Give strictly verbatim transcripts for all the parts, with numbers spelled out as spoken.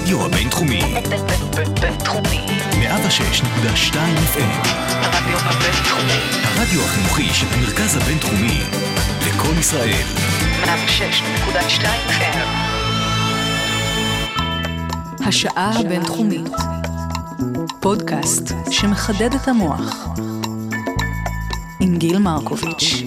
הרדיו הבינתחומי. בינתחומי. מאה ושש נקודה שתיים אף אם. הרדיו הבינתחומי. הרדיו החינוכי של המרכז הבינתחומי. לקום ישראל. מאה ושש נקודה שתיים אף אם. השעה הבינתחומית. פודקאסט שמחדד את המוח. עם גיל מרקוביץ'.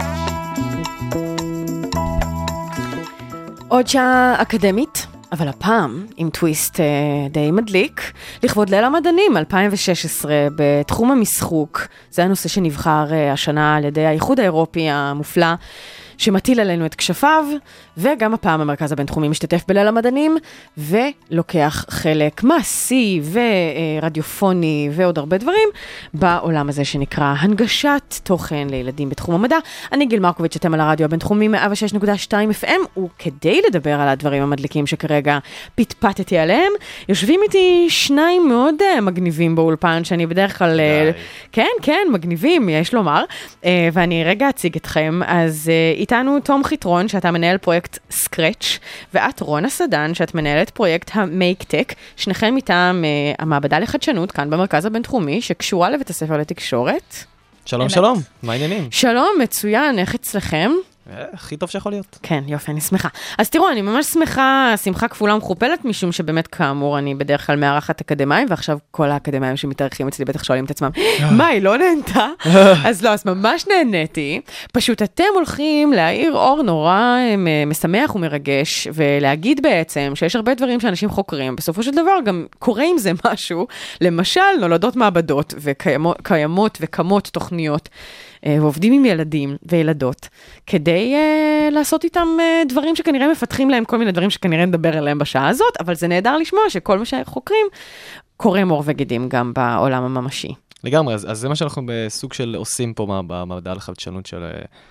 עוד שעה אקדמית, אבל הפעם עם טוויסט אה, די מדליק, לכבוד ליל המדענים אלפיים ושש עשרה בתחום המשחוק. זה הנושא שנבחר אה, השנה על ידי האיחוד האירופי המופלא, שמטיל עלינו את כשפיו, וגם הפעם המרכז הבינתחומי משתתף בליל המדענים, ולוקח חלק מעשי ורדיופוני ועוד הרבה דברים, בעולם הזה שנקרא הנגשת תוכן לילדים בתחום המדע. אני גיל מרקוביץ', אתם על הרדיו הבינתחומי מאה ושש נקודה שתיים אף אם, וכדי לדבר על הדברים המדליקים שכרגע פטפטתי עליהם, יושבים איתי שניים מאוד uh, מגניבים באולפן, שאני בדרך כלל... Uh, כן, כן, מגניבים, יש לומר. Uh, ואני רגע אציג אתכם, אז uh, איתנו תום חיטרון, שאתה מנהל פרויקט סקרץ', ואת רונה סדן, שאת מנהלת פרויקט המייק-טק, שניכם איתם uh, המעבדה לחדשנות, כאן במרכז הבינתחומי, שקשורה לבית הספר לתקשורת. שלום, שלום, מה העניינים? שלום, מצוין, איך אצלכם? הכי טוב שיכול להיות. כן, יופי, אני שמחה. אז תראו, אני ממש שמחה, שמחה כפולה ומכופלת, משום שבאמת כאמור, אני בדרך כלל מארחת אקדמיים, ועכשיו כל האקדמיים שמתארחים אצלי בטח שואלים את עצמם, מה, היא לא נהנתה? אז לא, אז ממש נהניתי. פשוט אתם הולכים להאיר אור נורא משמח ומרגש, ולהגיד בעצם שיש הרבה דברים שאנשים חוקרים, בסופו של דבר גם קורה עם זה משהו, למשל נולדות מעבדות, וקיימות וקמות תוכניות, ועובדים עם ילדים וילדות, כדי uh, לעשות איתם uh, דברים שכנראה מפתחים להם כל מיני דברים שכנראה נדבר עליהם בשעה הזאת, אבל זה נהדר לשמוע שכל מה שחוקרים קורה מור וגידים גם בעולם הממשי. לגמרי, אז, אז זה מה שאנחנו בסוג של עושים פה במעבדה לחדשנות של...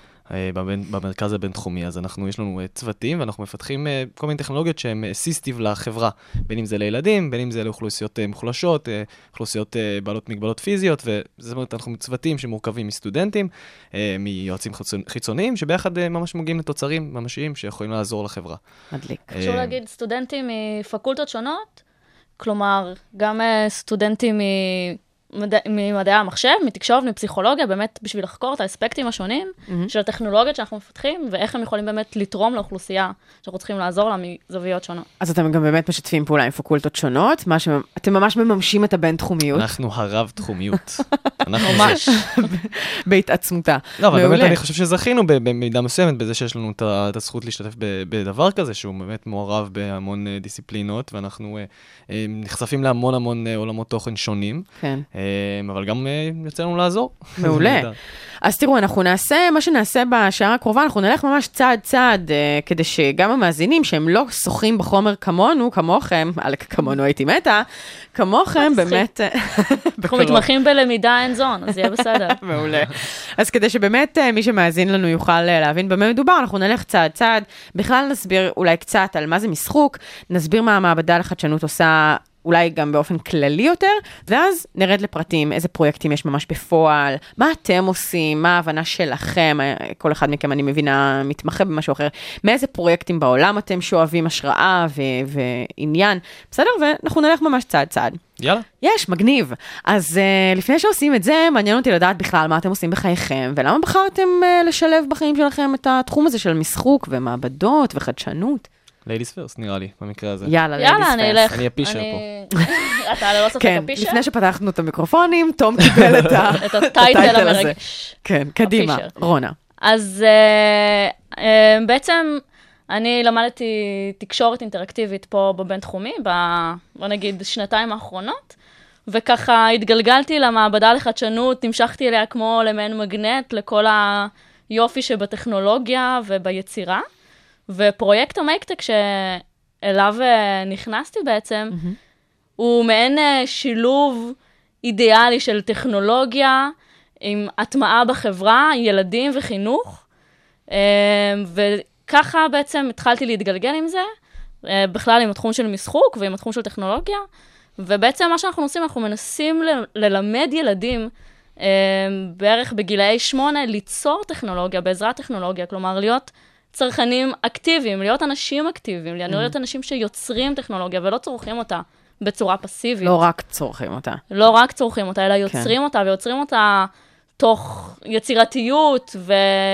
במרכז הבינתחומי. אז אנחנו, יש לנו צוותים, ואנחנו מפתחים כל מיני טכנולוגיות שהן אסיסטיב לחברה, בין אם זה לילדים, בין אם זה לאוכלוסיות מוחלשות, אוכלוסיות בעלות מגבלות פיזיות, וזאת אומרת, אנחנו צוותים שמורכבים מסטודנטים, מיועצים חיצוניים, שביחד ממש מגיעים לתוצרים ממשיים שיכולים לעזור לחברה. מדליק. חשוב להגיד, סטודנטים מפקולטות שונות, כלומר, גם סטודנטים מ... ממדעי המחשב, מתקשורת, מפסיכולוגיה, באמת בשביל לחקור את האספקטים השונים mm-hmm. של הטכנולוגיות שאנחנו מפתחים, ואיך הם יכולים באמת לתרום לאוכלוסייה שאנחנו צריכים לעזור לה מזוויות שונות. אז אתם גם באמת משתפים פעולה עם פקולטות שונות, ש... אתם ממש מממשים את הבינתחומיות. אנחנו הרב-תחומיות. ממש. בהתעצמותה. לא, אבל באמת אני חושב שזכינו במידה מסוימת, בזה שיש לנו את הזכות להשתתף בדבר כזה, שהוא באמת מעורב בהמון דיסציפלינות, ואנחנו נחשפים להמון המון עולמות תוכן שונים. כן. אבל גם יוצא לנו לעזור. מעולה. אז תראו, אנחנו נעשה, מה שנעשה בשעה הקרובה, אנחנו נלך ממש צעד צעד, כדי שגם המאזינים שהם לא שוחים בחומר כמונו, כמוכם, כמונו הייתי מתה, כמוכם באמת... אנחנו מתמחים בלמידה אין זון, אז יהיה בסדר. מעולה. אז כדי שבאמת מי שמאזין לנו יוכל להבין במה מדובר, אנחנו נלך צעד צעד, בכלל נסביר אולי קצת על מה זה משחוק, נסביר מה המעבדה לחדשנות עושה, אולי גם באופן כללי יותר, ואז נרד לפרטים, איזה פרויקטים יש ממש בפועל, מה אתם עושים, מה ההבנה שלכם, כל אחד מכם אני מבינה מתמחה במשהו אחר, מאיזה פרויקטים בעולם אתם שואבים השראה ו- ועניין, בסדר? ואנחנו נלך ממש צעד צעד. יאללה. יש, מגניב. אז uh, לפני שעושים את זה, מעניין אותי לדעת בכלל מה אתם עושים בחייכם, ולמה בחרתם uh, לשלב בחיים שלכם את התחום הזה של משחוק ומעבדות וחדשנות? ליידיס פרסט, נראה לי, במקרה הזה. יאללה, ליידיס פרסט. יאללה, אני אלך. אני הפישר פה. אתה לא סופק הפישר? כן, לפני שפתחנו את המיקרופונים, תום קיבל את הטייטל המרגש. כן, קדימה, רונה. אז בעצם אני למדתי תקשורת אינטראקטיבית פה בבינתחומי, בוא נגיד שנתיים האחרונות, וככה התגלגלתי למעבדה לחדשנות, נמשכתי אליה כמו למעין מגנט לכל היופי שבטכנולוגיה וביצירה. ופרויקט המייק-טק שאליו נכנסתי בעצם, mm-hmm. הוא מעין שילוב אידיאלי של טכנולוגיה עם הטמעה בחברה, ילדים וחינוך, וככה בעצם התחלתי להתגלגל עם זה, בכלל עם התחום של משחוק ועם התחום של טכנולוגיה, ובעצם מה שאנחנו עושים, אנחנו מנסים ללמד ילדים בערך בגילאי שמונה ליצור טכנולוגיה, בעזרת טכנולוגיה, כלומר להיות צרכנים אקטיביים, להיות אנשים אקטיביים, להיות אנשים שיוצרים טכנולוגיה ולא צורכים אותה בצורה פסיבית. לא רק צורכים אותה. לא רק צורכים אותה, אלא יוצרים אותה, ויוצרים אותה תוך יצירתיות, ו...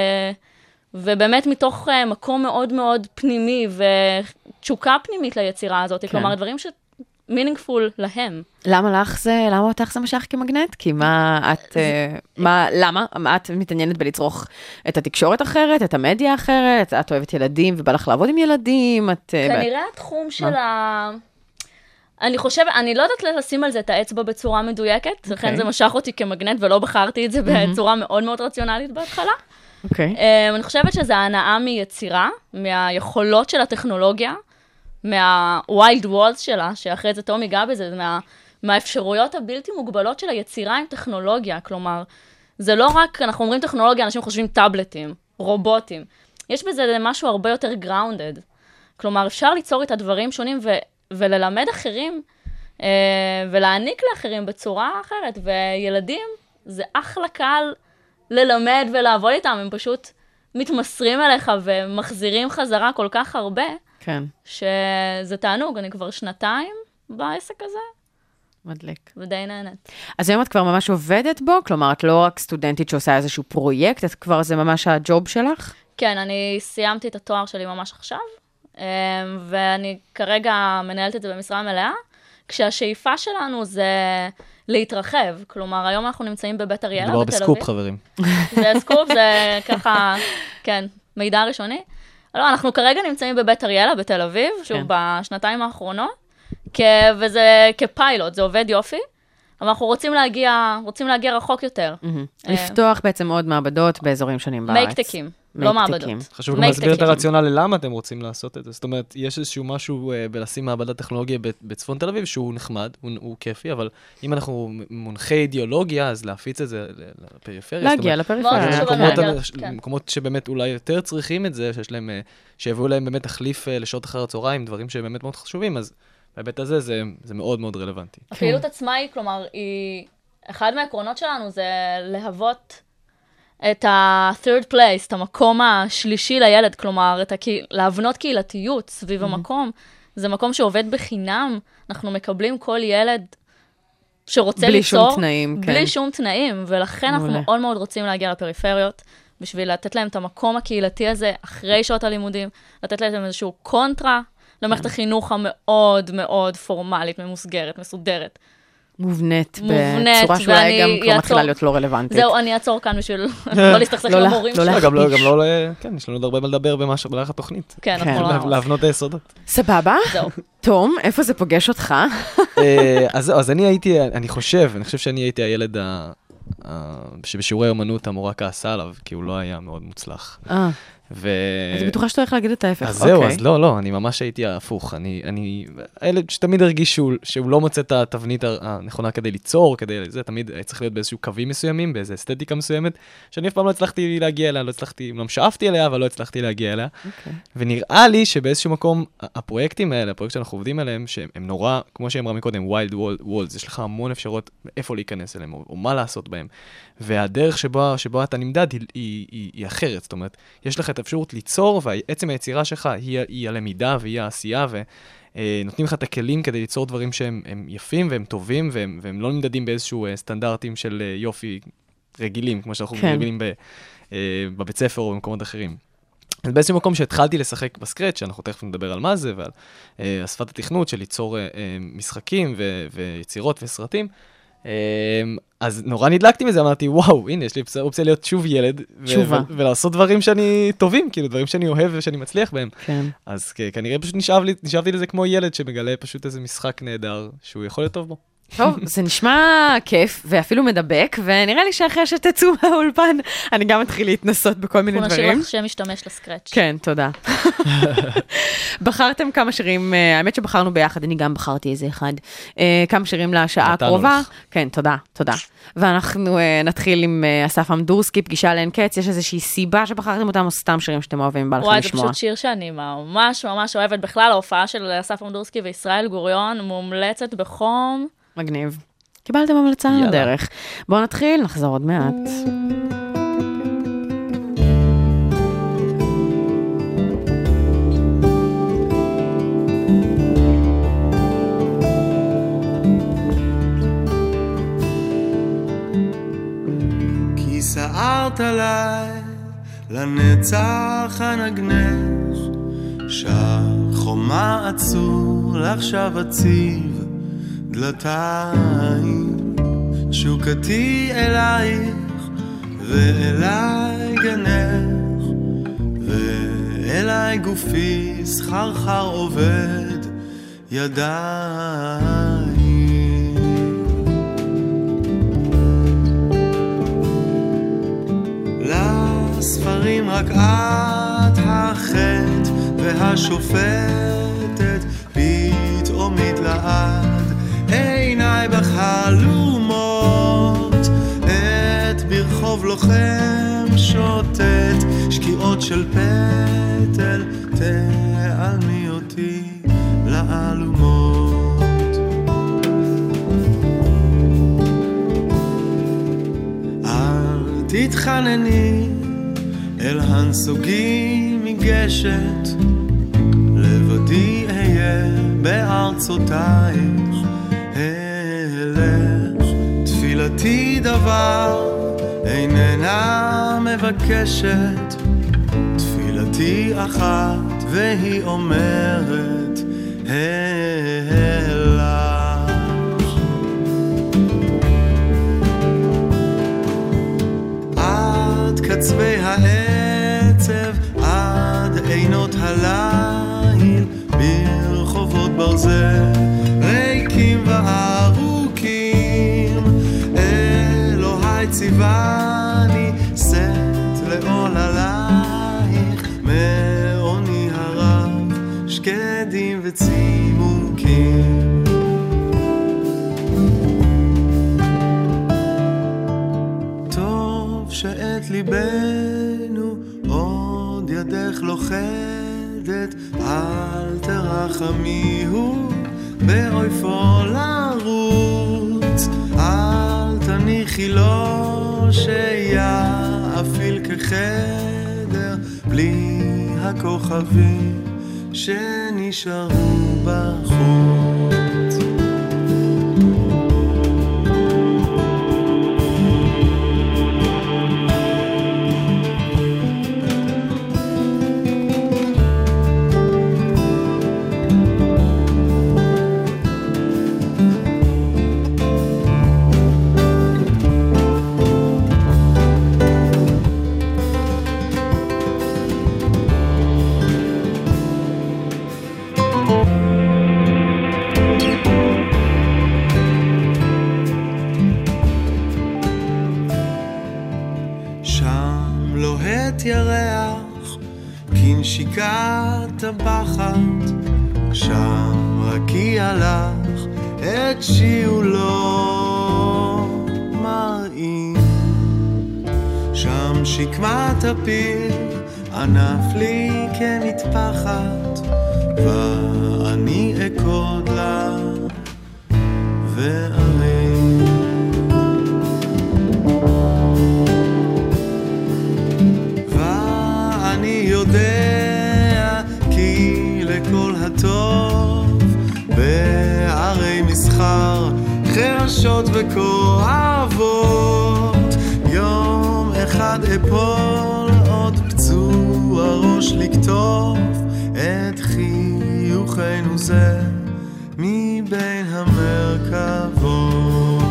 ובאמת מתוך מקום מאוד מאוד פנימי, ותשוקה פנימית ליצירה הזאת, כן. כלומר, דברים ש... meaningful להם. למה לך זה, למה אותך זה משך כמגנט? כי מה את, מה, למה? את מתעניינת בלצרוך את התקשורת אחרת, את המדיה אחרת, את אוהבת ילדים ובא לך לעבוד עם ילדים, את... כנראה התחום של ה... אני חושבת, אני לא יודעת לשים על זה את האצבע בצורה מדויקת, לכן זה משך אותי כמגנט ולא בחרתי את זה בצורה מאוד מאוד רציונלית בהתחלה. אני חושבת שזה ההנאה מיצירה, מהיכולות של הטכנולוגיה, מה-wild walls שלה, שאחרי זה תום ייגע בזה, מה, מהאפשרויות הבלתי מוגבלות של היצירה עם טכנולוגיה. כלומר, זה לא רק, אנחנו אומרים טכנולוגיה, אנשים חושבים טאבלטים, רובוטים. יש בזה משהו הרבה יותר grounded. כלומר, אפשר ליצור את הדברים שונים ו- וללמד אחרים, אה, ולהעניק לאחרים בצורה אחרת. וילדים, זה אחלה קל ללמד ולעבוד איתם, הם פשוט מתמסרים אליך ומחזירים חזרה כל כך הרבה. כן. שזה תענוג, אני כבר שנתיים בעסק הזה. מדליק. ודי נהנית. אז היום את כבר ממש עובדת בו? כלומר, את לא רק סטודנטית שעושה איזשהו פרויקט, את כבר, זה ממש הג'וב שלך? כן, אני סיימתי את התואר שלי ממש עכשיו, ואני כרגע מנהלת את זה במשרה מלאה, כשהשאיפה שלנו זה להתרחב. כלומר, היום אנחנו נמצאים בבית אריאלה, בתל אביב. מדובר בסקופ, חברים. זה סקופ, זה ככה, כן, מידע ראשוני. לא, אנחנו כרגע נמצאים בבית אריאלה, בתל אביב, שוב, בשנתיים האחרונות, וזה כפיילוט, זה עובד יופי, אבל אנחנו רוצים להגיע, רוצים להגיע רחוק יותר. לפתוח בעצם עוד מעבדות באזורים שונים בארץ. מייקטקים, לא מעבדות. חשוב גם להסביר את הרציונל ללמה אתם רוצים לעשות את זה. זאת אומרת, יש איזשהו משהו בלשים מעבדה טכנולוגיה בצפון תל אביב, שהוא נחמד, הוא כיפי, אבל אם אנחנו מונחי אידיאולוגיה, אז להפיץ את זה לפריפריה. להגיע לפריפריה. מקומות שבאמת אולי יותר צריכים את זה, שהביאו להם באמת תחליף לשעות אחר הצהריים, דברים שבאמת מאוד חשובים, אז בהיבט הזה זה, זה מאוד מאוד רלוונטי. הפעילות עצמה היא, כלומר, היא, אחד מהעקרונות שלנו זה להוות את ה-third place, את המקום השלישי לילד, כלומר, את הקה... להבנות קהילתיות סביב mm-hmm. המקום. זה מקום שעובד בחינם, אנחנו מקבלים כל ילד שרוצה בלי ליצור. בלי שום תנאים, בלי כן. שום תנאים, ולכן אנחנו מאוד מאוד רוצים להגיע לפריפריות, בשביל לתת להם את המקום הקהילתי הזה, אחרי שעות הלימודים, לתת להם איזשהו קונטרה, למערכת החינוך המאוד מאוד פורמלית, ממוסגרת, מסודרת. מובנית, בצורה שאולי גם כבר מתחילה להיות לא רלוונטית. זהו, אני אעצור כאן בשביל לא להסתכסך עם המורים שלנו. גם לא, כן, יש לנו עוד הרבה מה לדבר במהלך התוכנית. כן, אנחנו לא... להבנות היסודות. סבבה. זהו. תום, איפה זה פוגש אותך? אז אני הייתי, אני חושב, אני חושב שאני הייתי הילד שבשיעורי אומנות המורה כעסה עליו, כי הוא לא היה מאוד מוצלח. אה. ו... אז בטוחה שאתה הולך להגיד את ההפך. אז זהו, אז לא, לא, אני ממש הייתי הפוך. אני, אני, הילד שתמיד הרגיש שהוא, שהוא לא מוצא את התבנית הנכונה כדי ליצור, כדי זה, תמיד צריך להיות באיזשהו קווים מסוימים, באיזו אסתטיקה מסוימת, שאני אף פעם לא הצלחתי להגיע אליה, לא הצלחתי, לא שאפתי אליה, אבל לא הצלחתי להגיע אליה. Okay. ונראה לי שבאיזשהו מקום, הפרויקטים האלה, הפרויקט שאנחנו עובדים עליהם, שהם נורא, כמו שאמרה מקודם, wild walls, יש לך המון אפשרות איפה להיכנס אליהם, או, או מה לעשות בהם. והדרך שבה, שבה אתה נמדד היא, היא, היא, היא אחרת. זאת אומרת, יש לך את האפשרות ליצור, ועצם היצירה שלך היא, היא הלמידה והיא העשייה, ונותנים לך את הכלים כדי ליצור דברים שהם הם יפים והם טובים, והם, והם לא נמדדים באיזשהו סטנדרטים של יופי רגילים, כמו שאנחנו כן. רגילים ב, בבית ספר או במקומות אחרים. אז באיזשהו מקום שהתחלתי לשחק בסקרץ', שאנחנו תכף נדבר על מה זה, ועל השפת התכנות של ליצור משחקים ו, ויצירות וסרטים, אז נורא נדלקתי מזה, אמרתי, וואו, הנה, יש לי אופציה להיות שוב ילד, ולעשות דברים שאני טובים, כאילו, דברים שאני אוהב ושאני מצליח בהם. אז כנראה פשוט נשאבתי לזה כמו ילד שמגלה פשוט איזה משחק נהדר, שהוא יכול להיות טוב בו. טוב, זה נשמע כיף, ואפילו מדבק, ונראה לי שאחרי שתצאו מהאולפן, אני גם מתחיל להתנסות בכל מיני דברים. אנחנו נשאיר לך שמשתמש לסקרץ'. כן, תודה. בחרתם כמה שירים, האמת שבחרנו ביחד, אני גם בחרתי איזה אחד, כמה שירים לשעה הקרובה. כן, תודה, תודה. ואנחנו נתחיל עם אסף אמדורסקי, פגישה לאין קץ, יש איזושהי סיבה שבחרתם אותם, או סתם שירים שאתם אוהבים, בא לכם לשמוע. וואי, זה פשוט שיר שאני ממש ממש אוהבת. בכלל, ההופעה של אסף אמדורסקי וישראל גוריון מומלצת בחום. מגניב. קיבלתם המלצה על הדרך. בואו נתחיל, נחזור עוד מעט. שמרת עליי, לנצח הנגנך, שהחומה עצור, לעכשיו הציב דלתיים, שוקתי אלייך ואליי גנך, ואליי גופי סחרחר עובד ידיים. לספרים רק את החטא והשופטת, פתאום מתלעד עיניי בחלומות, את ברחוב לוחם שוטט, שקיעות של פטל, תעלמי אותי לעלומות. אל תתחנני אל הנסוגים מגשת, לבדי אהיה בארצותייך אלך, תפילתי דבר איננה מבקשת, תפילתי אחת והיא אומרת הלך. עד קצווי העצב, עד עינות הליל, ברחובות ברזל ריקים וארוכים, אלוהי ציווני שאת לעול עלייך, מעוני הרב שקדים וצימוקים. טוב שאת ליבנו עוד ידך לוחדת, אל תרחמיהו באויפו לרוץ, אל תניחי לו שיאפיל כחדר בלי הכוכבים שנשארו בחוץ. ירח כנשיקת טבחת, שם רקי הלך את שיעולו מראים, שם שקמת הפיל ענף לי כמטפחת, ואני אקוד לה וארים. יודע כי לכל הטוב בערי מסחר חרשות וכואבות, יום אחד אפול עוד פצוע ראש לקטוף את חיוכנו זה מבין המרכבות.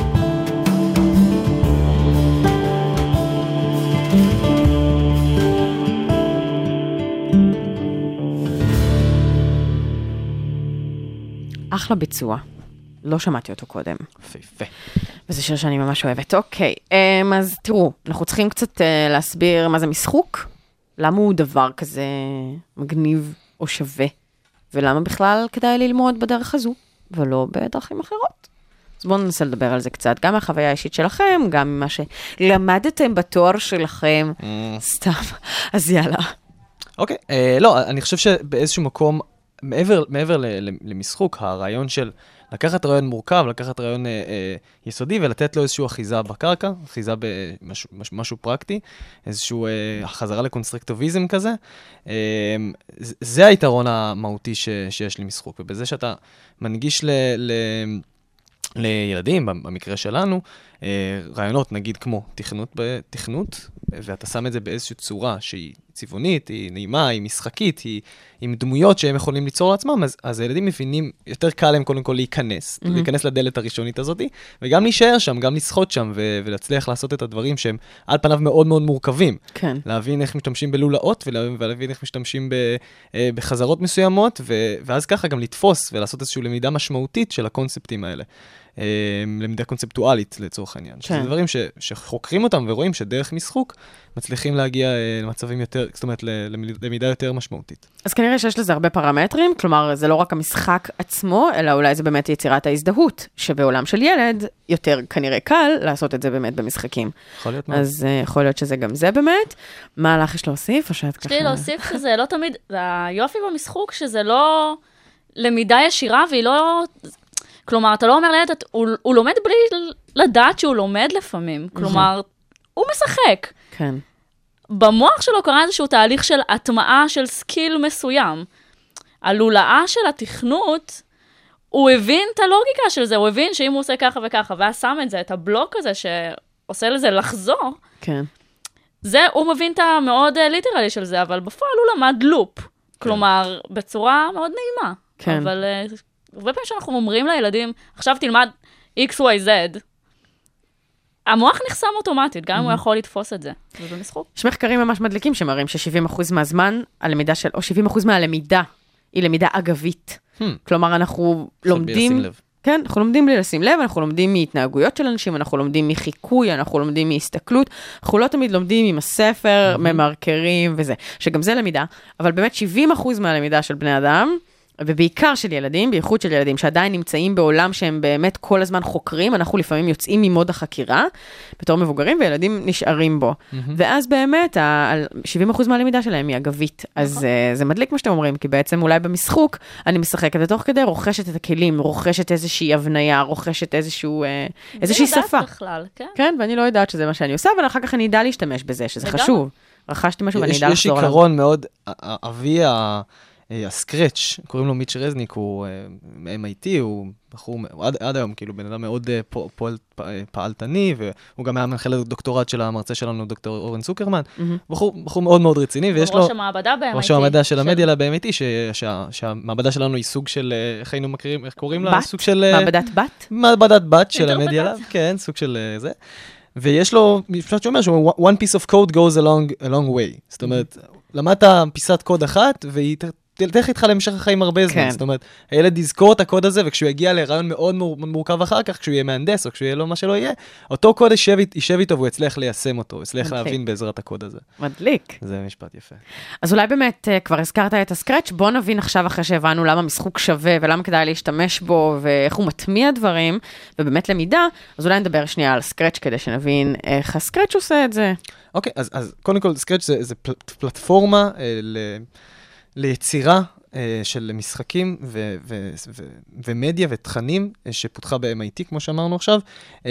אחלה ביצוע. לא שמעתי אותו קודם. יפה. וזה שיר שאני ממש אוהבת. אוקיי, אז תראו, אנחנו צריכים קצת להסביר מה זה משחוק, למה הוא דבר כזה מגניב או שווה, ולמה בכלל כדאי ללמוד בדרך הזו, ולא בדרכים אחרות. אז בואו ננסה לדבר על זה קצת, גם מהחוויה האישית שלכם, גם ממה שלמדתם בתואר שלכם, סתם. אז יאללה. אוקיי, לא, אני חושב שבאיזשהו מקום, מעבר, מעבר למשחוק, הרעיון של לקחת רעיון מורכב, לקחת רעיון אה, אה, יסודי ולתת לו איזשהו אחיזה בקרקע, אחיזה במשהו משהו, משהו פרקטי, איזשהו אה, חזרה לקונסטרקטיביזם כזה. אה, זה היתרון המהותי ש, שיש לי משחוק, ובזה שאתה מנגיש ל... ל לילדים, במקרה שלנו, רעיונות, נגיד כמו תכנות בתכנות, ואתה שם את זה באיזושהי צורה שהיא צבעונית, היא נעימה, היא משחקית, היא עם דמויות שהם יכולים ליצור לעצמם, אז, אז הילדים מבינים, יותר קל להם קודם כל להיכנס, mm-hmm. להיכנס לדלת הראשונית הזאת, וגם להישאר שם, גם לשחות שם, ו- ולהצליח לעשות את הדברים שהם על פניו מאוד מאוד מורכבים. כן. להבין איך משתמשים בלולאות, ולהבין, ולהבין איך משתמשים ב- בחזרות מסוימות, ו- ואז ככה גם לתפוס ולעשות איזושהי למידה משמעותית של הקונספטים האלה. למידה קונספטואלית לצורך העניין. שזה דברים ש, שחוקרים אותם ורואים שדרך משחוק מצליחים להגיע למצבים יותר, זאת אומרת, למידה יותר משמעותית. אז כנראה שיש לזה הרבה פרמטרים, כלומר, זה לא רק המשחק עצמו, אלא אולי זה באמת יצירת ההזדהות, שבעולם של ילד יותר כנראה קל לעשות את זה באמת במשחקים. יכול להיות מאוד. אז יכול להיות שזה גם זה באמת. מה לך יש להוסיף? או שאת ככה... יש לי להוסיף שזה לא תמיד, היופי במשחוק שזה לא למידה ישירה, והיא לא... כלומר, אתה לא אומר לילד, הוא, הוא לומד בלי לדעת שהוא לומד לפעמים. כלומר, הוא משחק. כן. במוח שלו קרה איזשהו תהליך של הטמעה של סקיל מסוים. הלולאה של התכנות, הוא הבין את הלוגיקה של זה, הוא הבין שאם הוא עושה ככה וככה, ואז שם את זה, את הבלוק הזה שעושה לזה לחזור, כן. זה, הוא מבין את המאוד ליטרלי של זה, אבל בפועל הוא למד לופ. כלומר, בצורה מאוד נעימה. כן. אבל... הרבה פעמים שאנחנו אומרים לילדים, עכשיו תלמד X Y Z, המוח נחסם אוטומטית, גם אם הוא יכול לתפוס את זה. זה במשחוק. יש מחקרים ממש מדליקים שמראים ש-שבעים אחוז מהזמן, הלמידה של, או שבעים אחוז מהלמידה, היא למידה אגבית. כלומר, אנחנו לומדים... כן, אנחנו לומדים בלי לשים לב, אנחנו לומדים מהתנהגויות של אנשים, אנחנו לומדים מחיקוי, אנחנו לומדים מהסתכלות, אנחנו לא תמיד לומדים עם הספר, ממרקרים וזה, שגם זה למידה, אבל באמת שבעים אחוז מהלמידה של בני אדם, ובעיקר של ילדים, בייחוד של ילדים, שעדיין נמצאים בעולם שהם באמת כל הזמן חוקרים, אנחנו לפעמים יוצאים ממוד החקירה, בתור מבוגרים, וילדים נשארים בו. Mm-hmm. ואז באמת, ה-שבעים אחוז מהלמידה שלהם היא אגבית. אז uh, זה מדליק מה שאתם אומרים, כי בעצם אולי במשחוק, אני משחקת לתוך כדי, רוכשת את הכלים, רוכשת איזושהי הבניה, רוכשת איזשהו, uh, איזושהי שפה. בכלל, כן? כן, ואני לא יודעת שזה מה שאני עושה, אבל אחר כך אני אדע להשתמש בזה, שזה חשוב. רכשתי משהו ואני אדע לחזור עליו. יש עיקרון מאוד, אבי ה... הסקרץ', קוראים לו מיץ' רזניק, הוא מ-אם איי טי, הוא בחור, עד, עד היום, כאילו, בן אדם מאוד פועל, פעלתני, והוא גם היה מנהל הדוקטורט של המרצה שלנו, דוקטור אורן צוקרמן, בחור, בחור מאוד מאוד רציני, ויש לו... ראש המעבדה ב-אם איי טי. ראש המעבדה של המדיה ב-אם איי טי, שהמעבדה שלנו היא סוג של, איך היינו מכירים, איך קוראים לה? סוג של... מעבדת בת? מעבדת בת של המדיה, כן, סוג של זה. ויש לו, משפט שאומר, שהוא one piece of code goes along, a long way. זאת אומרת, למדת פיסת קוד אחת, והיא תלך איתך להמשך החיים הרבה זמן. זאת אומרת, הילד יזכור את הקוד הזה, וכשהוא יגיע לרעיון מאוד מורכב אחר כך, כשהוא יהיה מהנדס, או כשהוא יהיה לו מה שלא יהיה, אותו קוד יישב איתו, והוא יצליח ליישם אותו, הוא יצליח להבין בעזרת הקוד הזה. מדליק. זה משפט יפה. אז אולי באמת, כבר הזכרת את הסקרץ', בוא נבין עכשיו אחרי שהבנו למה משחוק שווה, ולמה כדאי להשתמש בו, ואיך הוא מטמיע דברים, ובאמת למידה, אז אולי נדבר שנייה על סקרץ' כדי שנבין איך הסקרץ' עושה את זה. אוקיי, אז, אז קודם כל, סקרץ' זה, זה פל, פלטפורמה אה, ל, ליצירה אה, של משחקים ו, ו, ו, ומדיה ותכנים אה, שפותחה ב-אם איי טי, כמו שאמרנו עכשיו, אה,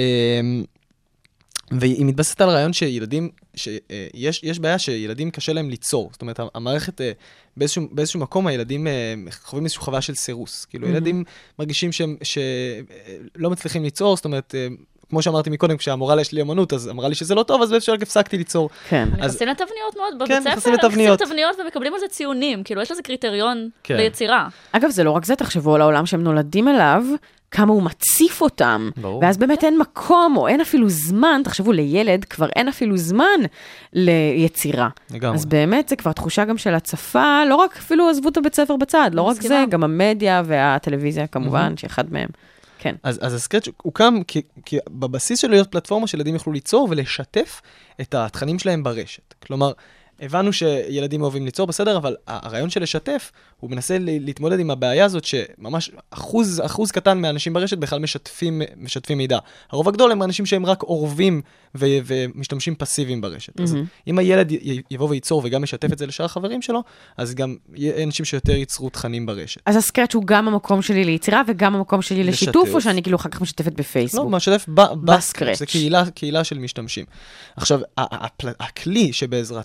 והיא מתבססת על הרעיון שילדים, שיש יש בעיה שילדים קשה להם ליצור. זאת אומרת, המערכת, באיזשהו, באיזשהו מקום, הילדים חווים איזשהו חוויה של סירוס. כאילו, ילדים מרגישים שהם, שלא מצליחים ליצור, זאת אומרת, כמו שאמרתי מקודם, כשהמורה יש לי אמנות, אז אמרה לי שזה לא טוב, אז באיזשהו רגע הפסקתי ליצור. כן. נכנסים לתבניות מאוד בבית כן, ספר, נכנסים לתבניות. נכנסים לתבניות ומקבלים על זה ציונים, כאילו, יש לזה קריטריון כן. ליצירה. אגב, זה לא רק זה, תחשבו על העולם שהם נולדים אליו, כמה הוא מציף אותם, ברור. ואז באמת אין מקום, או אין אפילו זמן, תחשבו, לילד כבר אין אפילו זמן ליצירה. לגמרי. אז באמת זה כבר תחושה גם של הצפה, לא רק אפילו עזבו את הבית ספר בצד, לא רק זה, גם המדיה והטלוויזיה כמובן, שאחד מהם. כן. אז, אז הסקרץ' הוא קם כי, כי בבסיס שלו להיות פלטפורמה שילדים יוכלו ליצור ולשתף את התכנים שלהם ברשת. כלומר, הבנו שילדים אוהבים ליצור בסדר, אבל הרעיון של לשתף, הוא מנסה להתמודד עם הבעיה הזאת שממש אחוז, אחוז קטן מהאנשים ברשת בכלל משתפים, משתפים מידע. הרוב הגדול הם אנשים שהם רק עורבים ו- ומשתמשים פסיביים ברשת. Mm-hmm. אז אם הילד י- יבוא וייצור וגם משתף את זה לשאר החברים שלו, אז גם יהיה אנשים שיותר ייצרו תכנים ברשת. אז הסקרץ' הוא גם המקום שלי ליצירה וגם המקום שלי לשתף. לשיתוף, או שאני כאילו אחר כך משתפת בפייסבוק? לא, משתף ב- בסקרץ'. זה קהילה, קהילה של משתמשים. עכשיו, הכלי שבעזרתו יוצרים,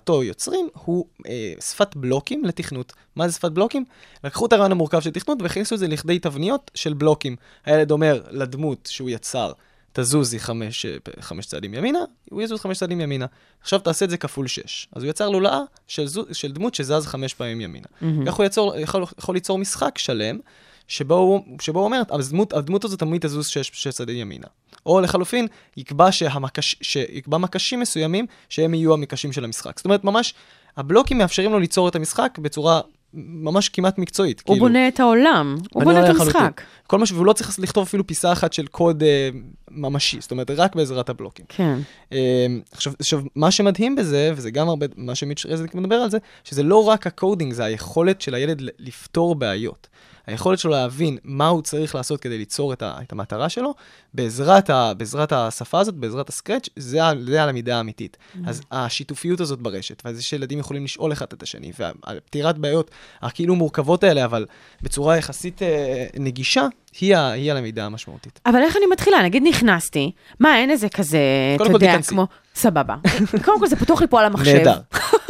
עשרים, הוא אה, שפת בלוקים לתכנות. מה זה שפת בלוקים? לקחו את הרעיון המורכב של תכנות, והכניסו את זה לכדי תבניות של בלוקים. הילד אומר לדמות שהוא יצר, תזוזי חמש, חמש צעדים ימינה, הוא יזוז חמש צעדים ימינה. עכשיו תעשה את זה כפול שש. אז הוא יצר לולאה של, של דמות שזז חמש פעמים ימינה. Mm-hmm. כך הוא יצור, יכול, יכול ליצור משחק שלם, שבו הוא, שבו הוא אומר, הדמות, הדמות הזאת תמיד תזוז שש, שש צעדים ימינה. או לחלופין, יקבע, שהמקש, שיקבע מקשים מסוימים, שהם יהיו המקשים של המשחק. זאת אומרת, ממש, הבלוקים מאפשרים לו ליצור את המשחק בצורה ממש כמעט מקצועית. הוא כאילו, בונה את העולם, הוא בונה את המשחק. כל מה ש... והוא לא צריך לכתוב אפילו פיסה אחת של קוד אה, ממשי, זאת אומרת, רק בעזרת הבלוקים. כן. אה, עכשיו, עכשיו, מה שמדהים בזה, וזה גם הרבה, מה שמיץ' רזניק מדבר על זה, שזה לא רק הקודינג, זה היכולת של הילד לפתור בעיות. היכולת שלו להבין מה הוא צריך לעשות כדי ליצור את, ה, את המטרה שלו, בעזרת, ה, בעזרת השפה הזאת, בעזרת הסקרץ', זה, זה הלמידה האמיתית. Mm-hmm. אז השיתופיות הזאת ברשת, וזה שילדים יכולים לשאול אחד את השני, והפתירת בעיות, הכאילו מורכבות האלה, אבל בצורה יחסית אה, נגישה, היא, ה, היא הלמידה המשמעותית. אבל איך אני מתחילה? נגיד נכנסתי, מה, אין איזה כזה, אתה יודע, כמו, סבבה. קודם כל זה פתוח לי פה על המחשב. נהדר.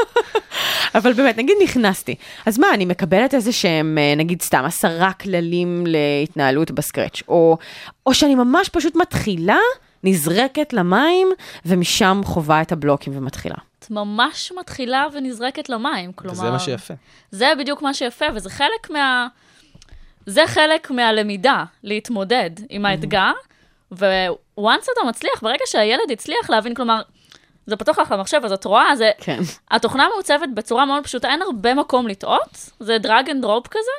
אבל באמת, נגיד נכנסתי. אז מה, אני מקבלת איזה שהם, נגיד סתם, עשרה כללים להתנהלות בסקרץ', או, או שאני ממש פשוט מתחילה, נזרקת למים, ומשם חובה את הבלוקים ומתחילה. את ממש מתחילה ונזרקת למים, כלומר... זה מה שיפה. זה בדיוק מה שיפה, וזה חלק מה... זה חלק מהלמידה, להתמודד עם האתגר, וואנס אתה מצליח, ברגע שהילד הצליח להבין, כלומר, זה פתוח לך למחשב, אז את רואה, זה... כן. התוכנה מעוצבת בצורה מאוד פשוטה, אין הרבה מקום לטעות, זה דרג אנד דרופ כזה,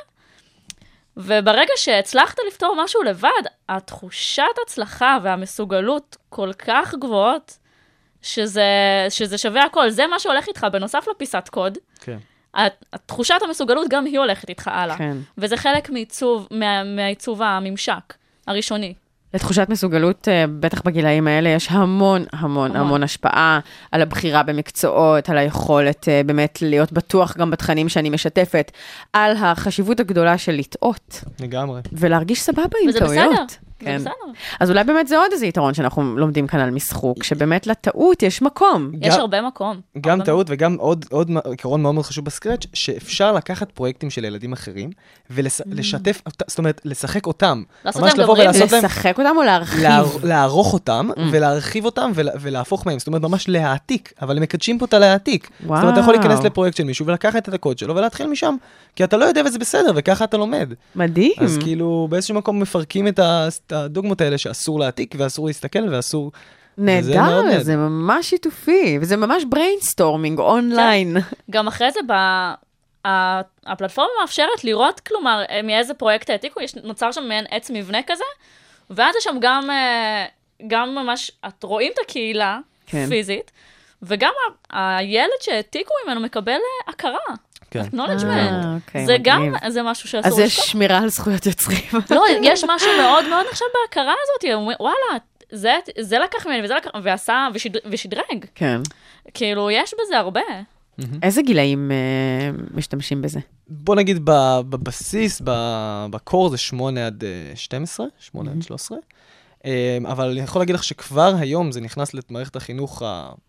וברגע שהצלחת לפתור משהו לבד, התחושת הצלחה והמסוגלות כל כך גבוהות, שזה, שזה שווה הכל. זה מה שהולך איתך, בנוסף לפיסת קוד. כן. התחושת המסוגלות גם היא הולכת איתך הלאה. כן. וזה חלק מעיצוב, מה, מהעיצוב הממשק הראשוני. לתחושת מסוגלות, בטח בגילאים האלה, יש המון, המון, המון השפעה על הבחירה במקצועות, על היכולת באמת להיות בטוח גם בתכנים שאני משתפת, על החשיבות הגדולה של לטעות. לגמרי. ולהרגיש סבבה עם טעויות. וזה בסדר. כן. זה בסדר. אז אולי באמת זה עוד איזה יתרון שאנחנו לומדים כאן על משחוק, שבאמת לטעות יש מקום. יש הרבה מקום. גם טעות וגם עוד, עוד עיקרון מאוד מאוד חשוב בסקרץ', שאפשר לקחת פרויקטים של ילדים אחרים, ולשתף, זאת אומרת, לשחק אותם. לעשות להם גברים. לשחק אותם או להרחיב? לערוך אותם, ולהרחיב אותם, ולהפוך מהם. זאת אומרת, ממש להעתיק, אבל הם מקדשים פה את הלהעתיק. זאת אומרת, אתה יכול להיכנס לפרויקט של מישהו, ולקחת את הקוד שלו, ולהתחיל משם, כי אתה לא יודע וזה בסדר, וככה אתה לומד. מדהים. אז כאילו, באיזשהו מקום מפרקים את הדוגמות האלה שאסור להעתיק, ואסור להסתכל, ואסור... נהדר, זה ממש שיתופי, וזה ממש בריינסטורמינג אונליין. גם אחרי זה, הפלטפורמה מאפשרת לראות, כלומר, מאיזה פרויקט העתיקו, נוצר שם מעין עץ מבנה כזה, ואז יש שם גם, גם ממש, את רואים את הקהילה פיזית, וגם הילד שהעתיקו ממנו מקבל הכרה. acknowledgement. זה גם, זה משהו שאסור לשכוח. אז יש שמירה על זכויות יוצרים. לא, יש משהו מאוד מאוד נחשב בהכרה הזאת, וואלה, זה לקח ממני, וזה לקח, ועשה, ושדרג. כן. כאילו, יש בזה הרבה. איזה גילאים משתמשים בזה? בוא נגיד, בבסיס, בקור זה שמונה עד שתים עשרה, שמונה עד שלוש עשרה, אבל אני יכול להגיד לך שכבר היום זה נכנס למערכת החינוך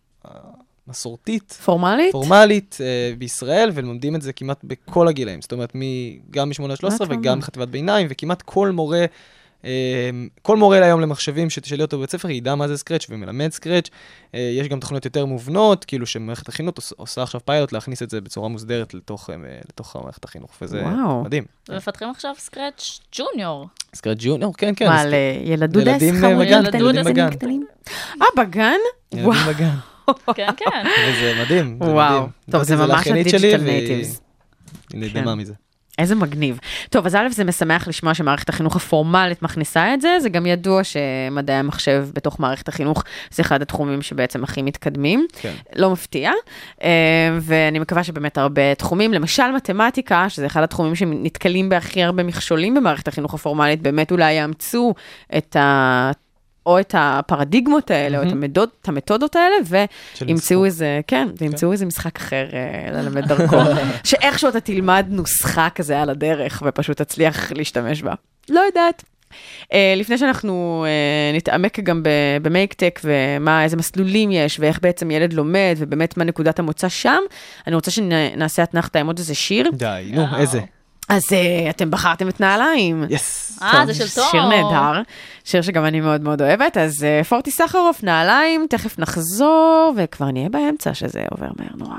מסורתית. פורמלית? פורמלית אה, בישראל, ולומדים את זה כמעט בכל הגילאים. זאת אומרת, מ- גם מ-שמונה עד שלוש עשרה וגם חטיבת ביניים, וכמעט כל מורה, אה, כל מורה להיום למחשבים שתשאלי אותו בבית ספר, ידע מה זה סקרץ' ומלמד סקרץ'. אה, יש גם תוכניות יותר מובנות, כאילו שמערכת החינוך עושה עכשיו פיילוט להכניס את זה בצורה מוסדרת לתוך, אה, לתוך מערכת החינוך, וזה וואו. מדהים. ומפתחים עכשיו סקרץ' ג'וניור. סקרץ' ג'וניור, כן, כן. מה, לילדודס חמודים קטנים? אה, בגן? ילדים בגן. כן, כן. וזה מדהים. וואו. טוב, זה ממש הדיג'יטל נייטיבס. היא נדמה מזה. איזה מגניב. טוב, אז א' זה משמח לשמוע שמערכת החינוך הפורמלית מכניסה את זה, זה גם ידוע שמדעי המחשב בתוך מערכת החינוך, זה אחד התחומים שבעצם הכי מתקדמים. כן. לא מפתיע. ואני מקווה שבאמת הרבה תחומים, למשל מתמטיקה, שזה אחד התחומים שנתקלים בהכי הרבה מכשולים במערכת החינוך הפורמלית, באמת אולי יאמצו את ה... או את הפרדיגמות האלה, או את המתודות האלה, וימצאו איזה, כן, וימצאו איזה משחק אחר ללמד דרכו, שאיכשהו אתה תלמד נוסחה כזה על הדרך, ופשוט תצליח להשתמש בה. לא יודעת. לפני שאנחנו נתעמק גם במייק-טק ומה, איזה מסלולים יש ואיך בעצם ילד לומד ובאמת מה נקודת המוצא שם, אני רוצה שנעשה אתנחתה עם עוד איזה שיר. די, נו, איזה? אז אתם בחרתם את נעליים. יס. אה, זה של תום. שיר נהדר, שיר שגם אני מאוד מאוד אוהבת, אז פורטי סחרוף, נעליים, תכף נחזור, וכבר נהיה באמצע שזה עובר מהר נורא.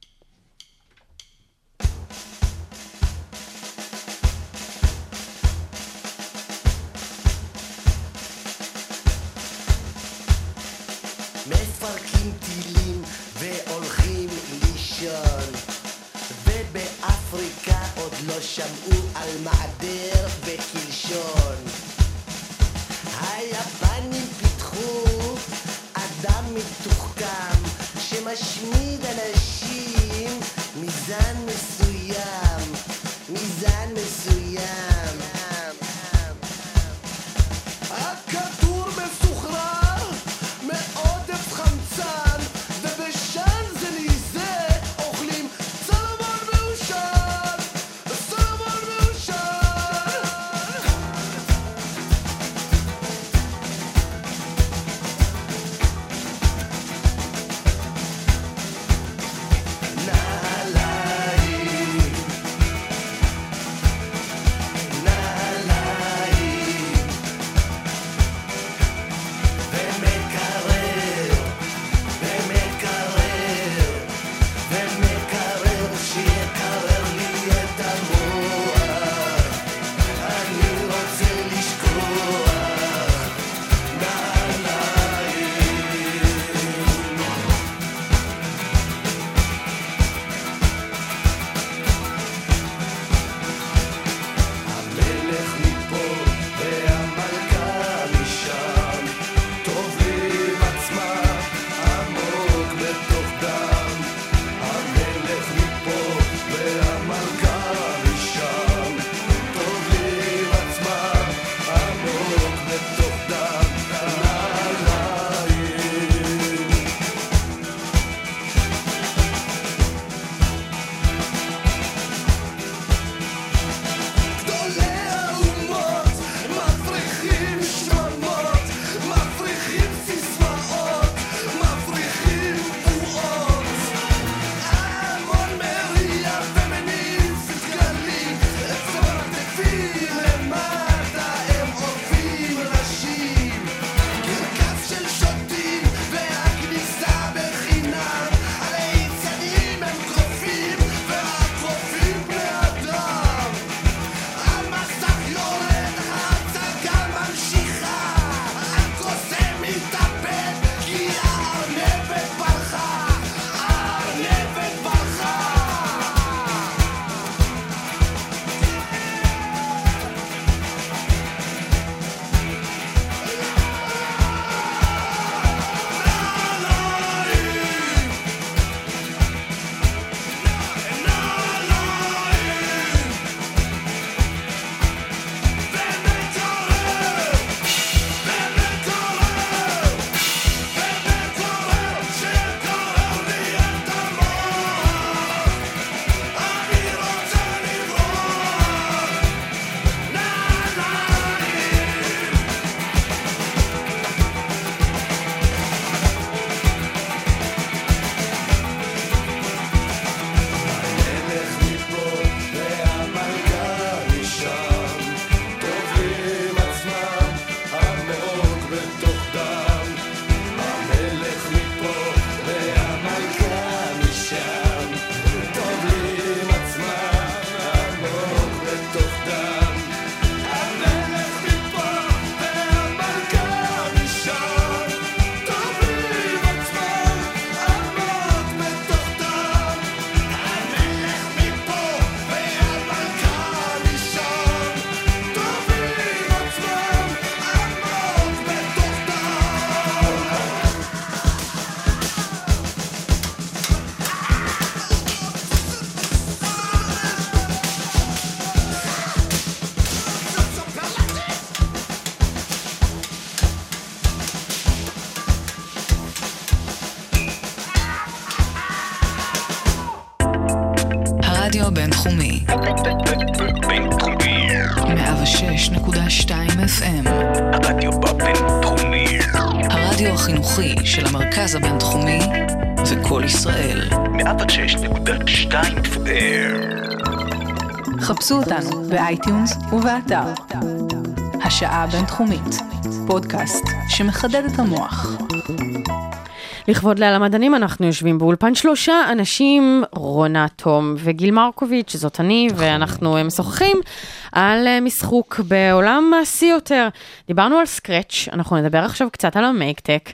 מפרקים טילים והולכים לישון, ובאפריקה עוד לא שמעו על מעדר וקלשון. היפנים פיתחו אדם מתוחכם שמשמיד אנשים מזן מסוים, מזן מסוים. הכדור מסוחרר מעודף חמצן, ובשן זה ניזה אוכלים סלמון מאושר, סלמון מאושר. נעליים, נעליים, ומקרר, ומקרר, ומקרר שיקרר לי את המוח, אני רוצה לשכוח. נעליים, המלך מפה והמלכה משם, טובלים עצמם עמוק בתוך דם. המלך מפה והמלכה משם, טובלים עצמם עמוק בתוך דם. נעליים, גדולי האומות מפריחים שממות, מפריחים סיסמאות, מפריחים בועות. המון מריח ומניף דגלים, אצל הכתפים למטה הם עורפים ראשים. קרקס של שוטים והכניסה בחינם, הליצנים הם קרופים והקרופים בני אדם. המסך יורד, ההצגה ממשיכה, הקוסם מתאבד כי הארנבת ברחה, הארנבת ברחה. המלך מפה והמלכה משם, טובלים עצמם עמוק בתוך דם. המלך מפה והמלכה משם, טובלים עצמם עמוק בתוך דם. המלך מפה והמלכה משם, טובלים עצמם עמוק בתוך דם. המלך מפה והמלכה משם, טובלים עצמם עמוק בתוך הרדיו הבינתחומי, בינתחומי. מאה ושש נקודה שתיים אף אם. הרדיו הבינתחומי. הרדיו החינוכי של המרכז הבינתחומי וכל ישראל. מאה ושש נקודה שתיים אף אם. חפשו אותנו באייטיונס ובאתר. השעה הבינתחומית, פודקאסט שמחדד את המוח. לכבוד ליל המדענים אנחנו יושבים באולפן שלושה אנשים, רונה, תום וגיל מרקוביץ', זאת אני, ואנחנו משוחחים על משחוק בעולם מעשי יותר. דיברנו על סקרץ', אנחנו נדבר עכשיו קצת על המייק-טק,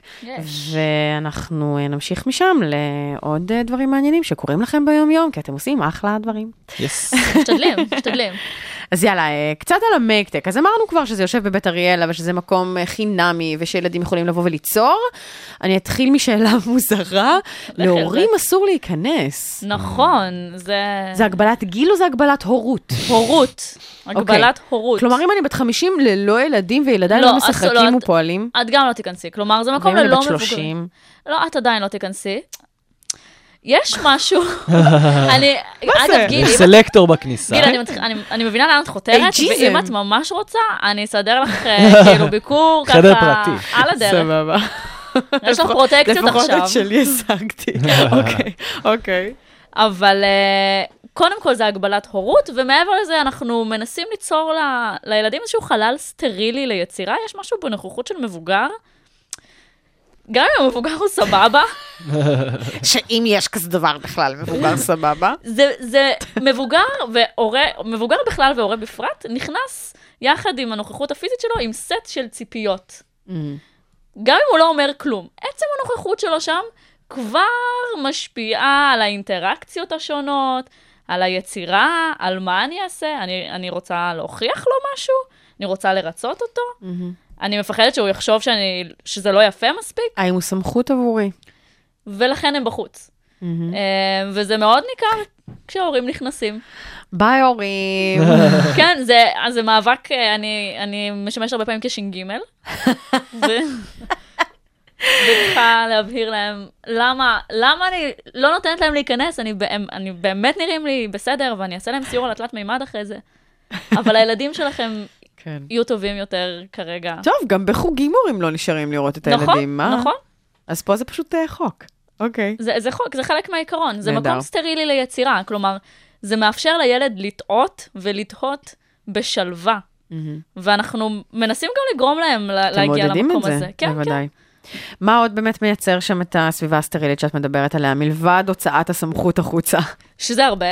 ואנחנו נמשיך משם לעוד דברים מעניינים שקורים לכם ביום-יום, כי אתם עושים אחלה דברים. יס. משתדלים, משתדלים. אז יאללה, קצת על המייק-טק. אז אמרנו כבר שזה יושב בבית אריאלה, ושזה מקום חינמי, ושילדים יכולים לבוא וליצור. אני אתחיל משאלה מוזרה, להורים אסור להיכנס. נכון, זה... זה הגבלת גיל או זה הגבלת הורות? הורות, הגבלת הורות. כלומר, אם אני בת חמישים ללא ילדים וילדיי לא משחקים ופועלים? את גם לא תיכנסי, כלומר, זה מקום ללא מבוגרים. שלושים. לא, את עדיין לא תיכנסי. יש משהו, אני, אגב, גיל, סלקטור בכניסה. גיל, אני מבינה לאן את חותרת, ואם את ממש רוצה, אני אסדר לך כאילו ביקור, ככה, חדר פרטי. על הדרך. סבבה. יש לך פרוטקציות עכשיו. לפחות את שלי השגתי. אוקיי, אוקיי. אבל קודם כל זה הגבלת הורות, ומעבר לזה אנחנו מנסים ליצור לילדים איזשהו חלל סטרילי ליצירה, יש משהו בנוכחות של מבוגר, גם אם המבוגר הוא סבבה. שאם יש כזה דבר בכלל, מבוגר סבבה. זה, זה מבוגר והורה, מבוגר בכלל והורה בפרט, נכנס יחד עם הנוכחות הפיזית שלו, עם סט של ציפיות. גם אם הוא לא אומר כלום. עצם הנוכחות שלו שם כבר משפיעה על האינטראקציות השונות, על היצירה, על מה אני אעשה. אני, אני רוצה להוכיח לו משהו, אני רוצה לרצות אותו. אני מפחדת שהוא יחשוב שאני, שזה לא יפה מספיק. האם הוא סמכות עבורי? ולכן הם בחוץ. וזה מאוד ניכר כשההורים נכנסים. ביי הורים. כן, זה, אז זה מאבק, אני, אני משמש הרבה פעמים כשינג גימל. וצריכה להבהיר להם, למה, למה אני לא נותנת להם להיכנס? אני, אני באמת נראים לי בסדר, ואני אעשה להם סיור על התלת מימד אחרי זה. אבל הילדים שלכם כן. יהיו טובים יותר כרגע. טוב, גם בחוגים הורים לא נשארים לראות את נכון, הילדים. נכון, נכון. אז פה זה פשוט חוק. אוקיי. זה, זה חוק, זה חלק מהעיקרון. זה נהדר. מקום סטרילי ליצירה. כלומר, זה מאפשר לילד לטעות ולתהות בשלווה. Mm-hmm. ואנחנו מנסים גם לגרום להם להגיע למקום הזה. זה, כן, בוודאי. כן. מה עוד באמת מייצר שם את הסביבה הסטרילית שאת מדברת עליה, מלבד הוצאת הסמכות החוצה? שזה הרבה.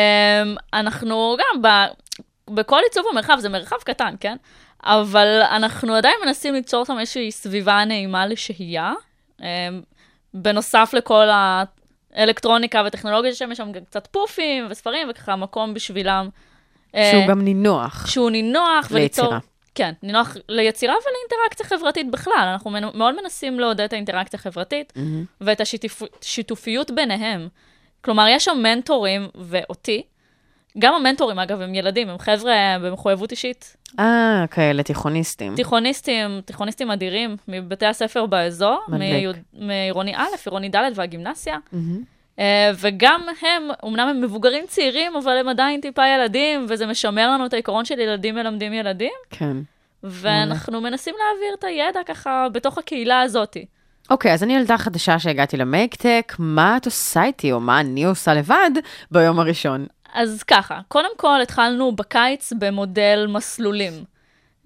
אנחנו גם ב... בכל עיצוב המרחב, זה מרחב קטן, כן? אבל אנחנו עדיין מנסים ליצור שם איזושהי סביבה נעימה לשהייה, בנוסף לכל האלקטרוניקה וטכנולוגיה שם, יש שם קצת פופים וספרים, וככה מקום בשבילם. שהוא גם נינוח. שהוא נינוח. ליצירה. וליצור, כן, נינוח ליצירה ולאינטראקציה חברתית בכלל. אנחנו מאוד מנסים לעודד את האינטראקציה החברתית, mm-hmm. ואת השיתופיות ביניהם. כלומר, יש שם מנטורים ואותי, גם המנטורים, אגב, הם ילדים, הם חבר'ה במחויבות אישית. אה, כאלה, תיכוניסטים. תיכוניסטים, תיכוניסטים אדירים, מבתי הספר באזור, מעירוני א', עירוני ד' והגימנסיה. וגם הם, אמנם הם מבוגרים צעירים, אבל הם עדיין טיפה ילדים, וזה משמר לנו את העיקרון של ילדים מלמדים ילדים. כן. ואנחנו מנסים להעביר את הידע ככה בתוך הקהילה הזאת. אוקיי, אז אני ילדה חדשה שהגעתי למייק-טק, מה את עושה איתי, או מה אני עושה לבד ביום הראשון? אז ככה, קודם כל התחלנו בקיץ במודל מסלולים. Uh,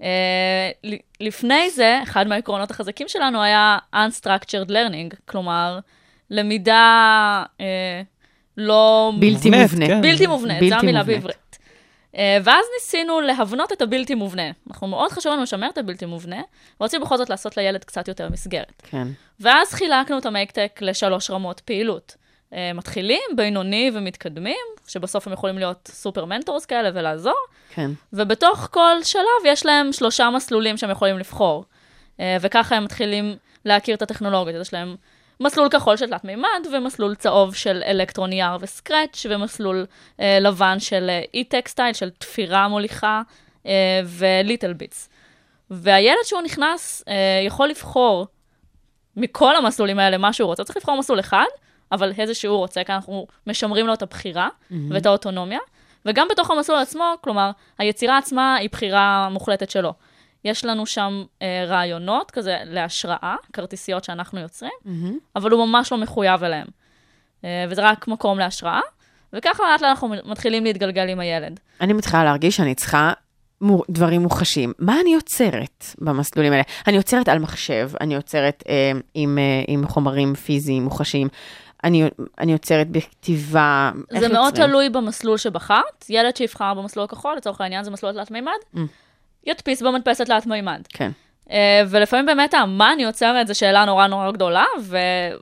לפני זה, אחד מהעקרונות החזקים שלנו היה unstructured learning, כלומר, למידה uh, לא... בלתי מובנה. כן. בלתי מובנה, זו המילה בעברית. Uh, ואז ניסינו להבנות את הבלתי מובנה. אנחנו מאוד חשוב לנו לשמר את הבלתי מובנה, ורצינו בכל זאת לעשות לילד קצת יותר מסגרת. כן. ואז חילקנו את המייק-טק לשלוש רמות פעילות. מתחילים, בינוני ומתקדמים, שבסוף הם יכולים להיות סופר מנטורס כאלה ולעזור. כן. ובתוך כל שלב יש להם שלושה מסלולים שהם יכולים לבחור. וככה הם מתחילים להכיר את הטכנולוגיות. יש להם מסלול כחול של תלת מימד, ומסלול צהוב של אלקטרונייר וסקרץ', ומסלול אה, לבן של אי-טקסטייל, של תפירה מוליכה, אה, וליטל ביטס. והילד שהוא נכנס אה, יכול לבחור מכל המסלולים האלה מה שהוא רוצה. צריך לבחור מסלול אחד, אבל איזה שהוא רוצה, כי אנחנו משמרים לו את הבחירה mm-hmm. ואת האוטונומיה, וגם בתוך המסלול עצמו, כלומר, היצירה עצמה היא בחירה מוחלטת שלו. יש לנו שם אה, רעיונות כזה להשראה, כרטיסיות שאנחנו יוצרים, mm-hmm. אבל הוא ממש לא מחויב אליהם. אה, וזה רק מקום להשראה, וככה לאט לאט אנחנו מתחילים להתגלגל עם הילד. אני מתחילה להרגיש שאני צריכה דברים מוחשים. מה אני יוצרת במסלולים האלה? אני יוצרת על מחשב, אני יוצרת אה, עם, אה, עם חומרים פיזיים מוחשיים, אני, אני יוצרת בכתיבה. זה מאוד יוצרים? תלוי במסלול שבחרת. ילד שיבחר במסלול הכחול, לצורך העניין זה מסלול תלת מימד, mm. ידפיס במדפסת תלת מימד. כן. Uh, ולפעמים באמת, מה אני יוצרת, זו שאלה נורא נורא גדולה, ו-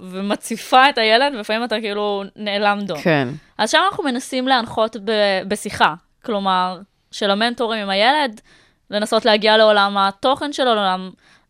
ומציפה את הילד, ולפעמים אתה כאילו נעלם דום. כן. אז שם אנחנו מנסים להנחות ב- בשיחה, כלומר, של המנטורים עם הילד, לנסות להגיע לעולם התוכן שלו, לעולם,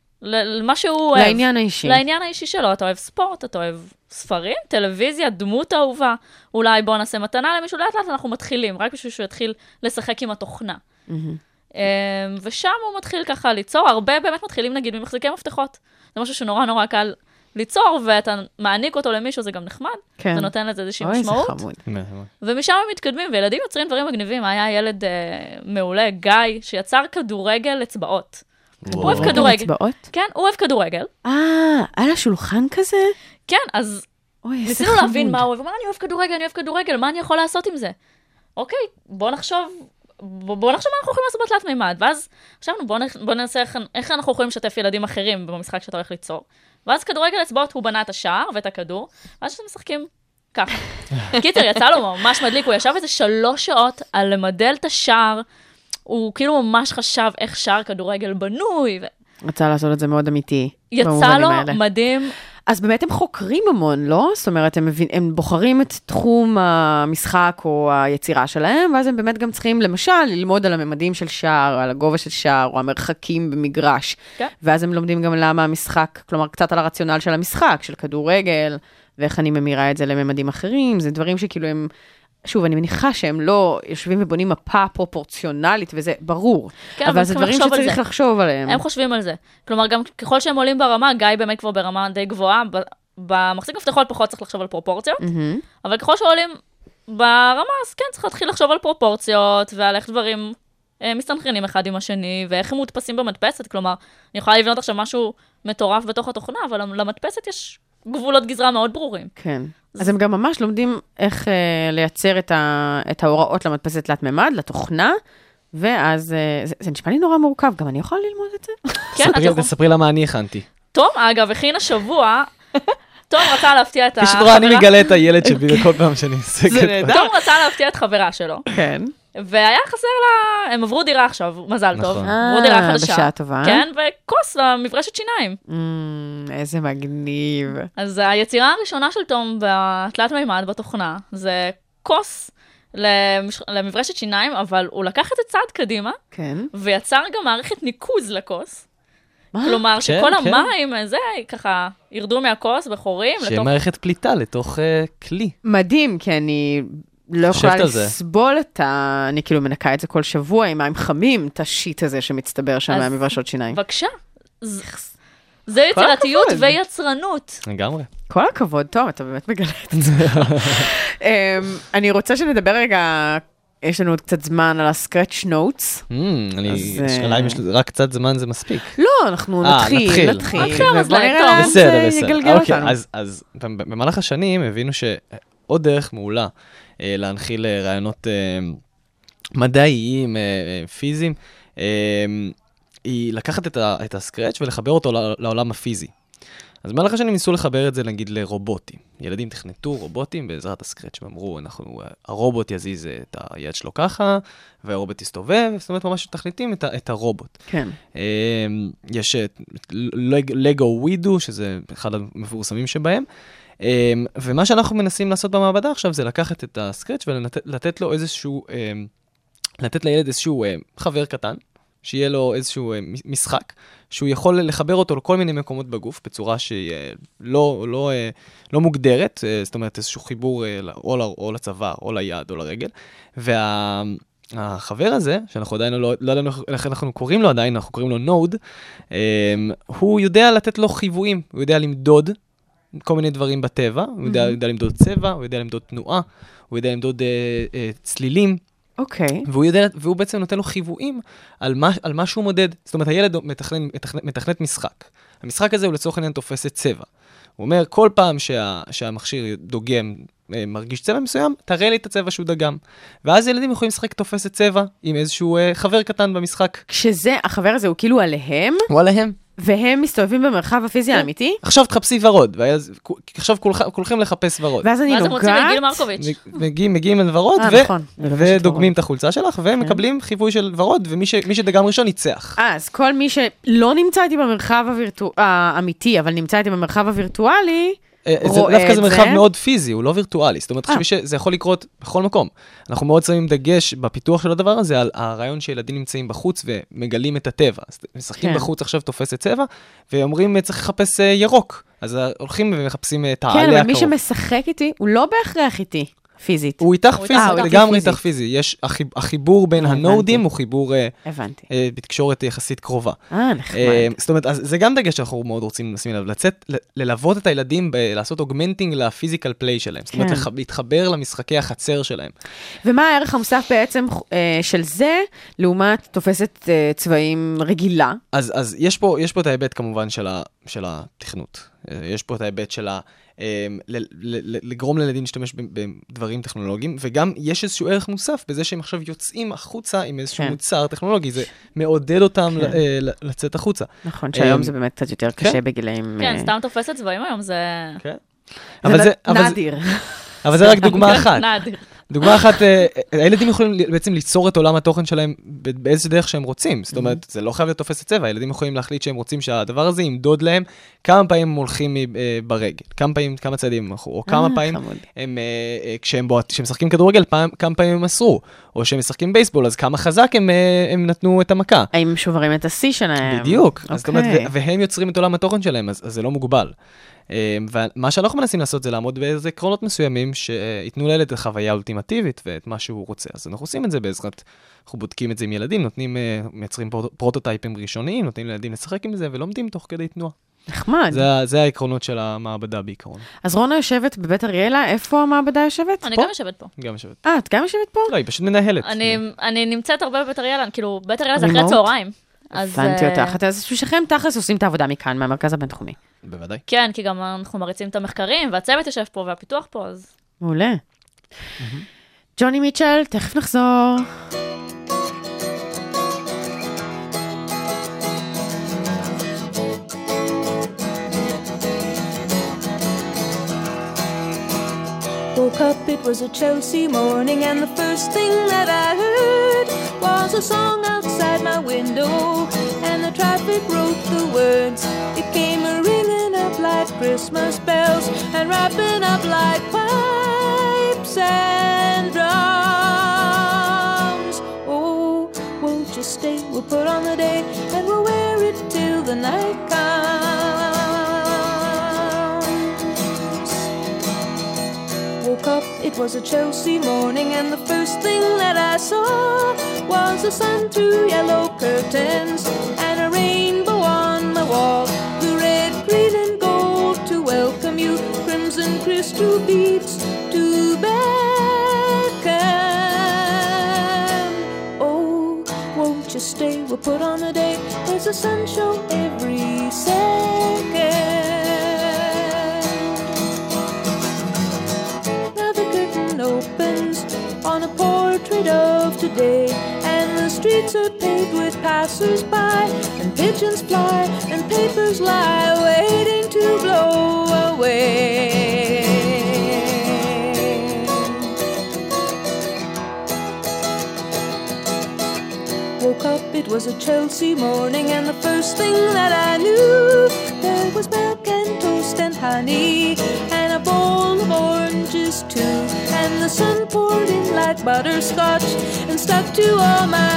למה שהוא אוהב. לעניין האישי. לעניין האישי שלו. אתה אוהב ספורט, אתה אוהב ספרים, טלוויזיה, דמות אהובה, אולי בוא נעשה מתנה למישהו, לאט לאט אנחנו מתחילים, רק בשביל שהוא יתחיל לשחק עם התוכנה. Mm-hmm. ושם הוא מתחיל ככה ליצור, הרבה באמת מתחילים נגיד ממחזיקי מפתחות. זה משהו שנורא נורא קל ליצור, ואתה מעניק אותו למישהו, זה גם נחמד. כן. זה נותן לזה איזושהי משמעות. אוי, זה חמוד. ומשם הם מתקדמים, וילדים יוצרים דברים מגניבים. היה ילד אה, מעולה, גיא, שיצר כדורגל אצבעות. הוא אוהב כדורגל. אצבעות? כן, הוא אוהב כדורגל. אה, על השולחן כזה? כן, אז ניסינו להבין מה הוא אוהב. מה אני אוהב כדורגל, אני אוהב כדורגל, מה אני יכול לעשות עם זה? אוקיי, בוא נחשוב... בואו נחשוב מה אנחנו יכולים לעשות בתלת מימד, ואז חשבנו, בואו בוא ננסה איך, איך אנחנו יכולים לשתף ילדים אחרים במשחק שאתה הולך ליצור. ואז כדורגל אצבעות, הוא בנה את השער ואת הכדור, ואז שאתם משחקים ככה. קיצר, יצא לו ממש מדליק, הוא ישב איזה שלוש שעות על למדל את השער, הוא כאילו ממש חשב איך שער כדורגל בנוי. ו... רצה לעשות את זה מאוד אמיתי. יצא לו האלה. מדהים. אז באמת הם חוקרים המון, לא? זאת אומרת, הם, מבין, הם בוחרים את תחום המשחק או היצירה שלהם, ואז הם באמת גם צריכים, למשל, ללמוד על הממדים של שער, על הגובה של שער, או המרחקים במגרש. כן. ואז הם לומדים גם למה המשחק, כלומר, קצת על הרציונל של המשחק, של כדורגל, ואיך אני ממירה את זה לממדים אחרים. זה דברים שכאילו הם... שוב, אני מניחה שהם לא יושבים ובונים מפה פרופורציונלית, וזה ברור. כן, אבל זה דברים שצריך לחשוב עליהם. הם חושבים על זה. כלומר, גם ככל שהם עולים ברמה, גיא באמת כבר ברמה די גבוהה, במחזיק מפתחות פחות צריך לחשוב על פרופורציות, אבל ככל שעולים ברמה, אז כן, צריך להתחיל לחשוב על פרופורציות, ועל איך דברים מסתנכרנים אחד עם השני, ואיך הם מודפסים במדפסת. כלומר, אני יכולה לבנות עכשיו משהו מטורף בתוך התוכנה, אבל למדפסת יש גבולות גזרה מאוד ברורים. כן. אז הם גם ממש לומדים איך אה, לייצר את, ה, את ההוראות למדפסת תלת מימד, לתוכנה, ואז אה, זה, זה נשמע לי נורא מורכב, גם אני יכולה ללמוד את זה? כן, ספרי, יכול... תספרי לה מה אני הכנתי. תום, אגב, הכין השבוע, תום רצה להפתיע את החברה. כשדרוע, אני מגלה את הילד שלי כל פעם שאני עוסקת. תום רצה להפתיע את חברה שלו. כן. והיה חסר לה, הם עברו דירה עכשיו, מזל טוב, עברו דירה חדשה. בשעה טובה. כן, וכוס למברשת שיניים. איזה מגניב. אז היצירה הראשונה של תום בתלת מימד בתוכנה, זה כוס למברשת שיניים, אבל הוא לקח את זה צעד קדימה, ויצר גם מערכת ניקוז לכוס. כלומר, שכל המים, זה ככה, ירדו מהכוס בחורים. שיהיה מערכת פליטה לתוך כלי. מדהים, כי אני... לא יכולה לסבול את ה... אני כאילו מנקה את זה כל שבוע עם מים חמים, את השיט הזה שמצטבר שם מהמברשות שיניים. בבקשה. זה יצירתיות ויצרנות. לגמרי. כל הכבוד, טוב, אתה באמת מגלה את זה. אני רוצה שנדבר רגע, יש לנו עוד קצת זמן על הסקרץ' נוטס. השאלה אם יש רק קצת זמן זה מספיק. לא, אנחנו נתחיל, נתחיל. ובוא נראה לאן זה יגלגל אותנו. אז במהלך השנים הבינו שעוד דרך מעולה, להנחיל רעיונות מדעיים, פיזיים, היא לקחת את הסקרץ' ולחבר אותו לעולם הפיזי. אז במהלך השנים ניסו לחבר את זה, נגיד, לרובוטים. ילדים תכנתו רובוטים בעזרת הסקרץ' ואמרו, אנחנו, הרובוט יזיז את היד שלו ככה, והרובוט יסתובב, זאת אומרת, ממש תכניתים את, את הרובוט. כן. יש לגו ווידו, שזה אחד המפורסמים שבהם, ומה שאנחנו מנסים לעשות במעבדה עכשיו, זה לקחת את הסקרץ' ולתת לו איזשהו, לתת לילד איזשהו חבר קטן, שיהיה לו איזשהו משחק, שהוא יכול לחבר אותו לכל מיני מקומות בגוף, בצורה שהיא לא, לא, לא מוגדרת, זאת אומרת, איזשהו חיבור או לצוואר, או ליד, או לרגל, והחבר הזה, שאנחנו עדיין לא, לא יודעים איך אנחנו קוראים לו עדיין, אנחנו קוראים לו נוד, הוא יודע לתת לו חיוויים, הוא יודע למדוד כל מיני דברים בטבע, הוא יודע, יודע למדוד צבע, הוא יודע למדוד תנועה, הוא יודע למדוד צלילים, אוקיי. והוא יודע, והוא בעצם נותן לו חיוויים על מה, על מה שהוא מודד. זאת אומרת, הילד מתכנן, מתכנן, מתכנת משחק. המשחק הזה הוא לצורך העניין תופס את צבע. הוא אומר, כל פעם שה, שהמכשיר דוגם, מרגיש צבע מסוים, תראה לי את הצבע שהוא דגם. ואז ילדים יכולים לשחק תופסת צבע עם איזשהו אה, חבר קטן במשחק. כשזה, החבר הזה הוא כאילו עליהם, הוא עליהם. והם מסתובבים במרחב הפיזי האמיתי? עכשיו תחפשי ורוד, ואז, עכשיו כולכם, כולכם לחפש ורוד. ואז אני ואז הם רוצים את גיל נוגעת, מרקוביץ'. מגיעים, מגיעים אל ורוד, אה, ו- נכון, ודוגמים את החולצה שלך, והם מקבלים חיווי של ורוד, ומי ש- מי שדגם ראשון ניצח. אה, אז כל מי שלא נמצא איתי במרחב הווירטואלי, האמיתי, אבל נמצא איתי במרחב הווירטואלי, אה, זה- רואה דווקא את זה מרחב זה. מאוד פיזי, הוא לא וירטואלי. זאת אומרת, אה. חשבי שזה יכול לקרות בכל מקום. אנחנו מאוד שמים דגש בפיתוח של הדבר הזה, על הרעיון שילדים נמצאים בחוץ ומגלים את הטבע. אז משחקים כן. בחוץ עכשיו תופסת צבע, ואומרים צריך לחפש אה, ירוק. אז אה, הולכים ומחפשים את כן, העלה אבל מי הקרוב. שמשחק איתי, הוא לא בהכרח איתי, פיזית. הוא איתך הוא פיזית, איתך, הוא איתך לגמרי פיזית. איתך פיזי. יש החיב- החיבור בין הבנתי. הנודים הוא חיבור אה, הבנתי. אה, בתקשורת יחסית קרובה. אה, נחמד. אה, זאת אומרת, אז זה גם דגש שאנחנו מאוד רוצים לשים אליו, לצאת, ל- ללוות את הילדים, ב- לעשות אוגמנטינג לפיזיקל פליי שלהם. זאת אומרת, כן. לח- להתחבר למשחקי החצר שלהם. ומה הערך המוסף בעצם אה, של זה, לעומת תופסת אה, צבעים רגילה? אז, אז יש פה, יש פה את ההיבט כמובן של, ה, של התכנות. אה, יש פה את ההיבט של ה... אה, ל- ל- ל- לגרום לילדים להשתמש ב- בדברים טכנולוגיים, וגם יש איזשהו ערך מוסף בזה שהם עכשיו יוצאים החוצה עם איזשהו כן. מוצר טכנולוגי, זה מעודד אותם כן. ל- אה, ל- לצאת החוצה. נכון, שהיום אה, זה באמת קצת יותר כן. קשה בגילאים... כן, אה, סתם תופסת צבעים היום, זה... כן. אבל זה, אבל זה, נדיר. אבל זה רק דוגמה אחת. נדיר. דוגמה אחת, אה, הילדים יכולים בעצם ליצור את עולם התוכן שלהם ב- באיזה דרך שהם רוצים. זאת אומרת, זה לא חייב להיות תופס את צבע, הילדים יכולים להחליט שהם רוצים שהדבר הזה ימדוד להם כמה פעמים הם הולכים אה, ברגל, כמה פעמים, כמה צעדים הם הלכו, או כמה אה, פעמים חמוד. הם, אה, אה, כשהם בועט- כשהם משחקים כדורגל, פעם- כמה פעמים הם מסרו, או כשהם משחקים בייסבול, אז כמה חזק הם הם, הם נתנו את המכה. האם הם שוברים את השיא שלהם? בדיוק. אז זאת אומרת, אוקיי. ו- והם יוצרים את עולם התוכן שלהם, אז, אז זה לא מוגבל. אה, ומה שאנחנו מנסים לעשות זה לעמוד באיזה עקרונות מסוימים שיתנו לילד את החוויה האולטימטיבית ואת מה שהוא רוצה. אז אנחנו עושים את זה בעזרת, אנחנו בודקים את זה עם ילדים, נותנים, אה, מייצרים פרוט- פרוטוטייפים ראשוניים, נותנים לילדים לשחק עם זה ולומדים תוך כדי תנועה. נחמד. זה, ה- זה העקרונות של המעבדה בעיקרון. אז רונה יושבת בבית אריאלה, איפה המעבדה יושבת? אני פה? גם יושבת פה. גם יושבת. אה, את גם יושבת פה? לא, היא פשוט מנהלת. אני אני נמצאת הרבה בבית אריאלה, כאילו, בית אריאלה זה רימוט? אחרי צהריים. אז, הבנתי אה, אותך. אז בשבילכם תכלס עושים את העבודה מכאן, מהמרכז הבינתחומי. בוודאי. כן, כי גם אנחנו מריצים את המחקרים, והצוות יושב פה, והפיתוח פה, אז... מעולה. ג'וני מיטשל, תכף נחזור. Woke up, it was a Chelsea morning, and the first thing that I heard was a song outside my window, and the traffic wrote the words. It came a ringing up like Christmas bells, and wrapping up like pipes and drums. Oh, won't you stay? We'll put on the day, and we'll wear it till the night comes. Woke up, it was a Chelsea morning, and the first thing that I saw was the sun through yellow curtains and a rainbow on my wall. The red, green, and gold to welcome you, crimson crystal beads to beckon. Oh, won't you stay? We'll put on a day. There's a sun show every second. Now the curtain opens on a portrait of today, and the streets are paved with passers-by, and pigeons fly, and papers lie waiting to blow away. Woke up, it was a Chelsea morning, and the first thing that I knew, there was milk and toast and honey, and a bowl of oranges too, and the sun poured in like butterscotch and stuck to all my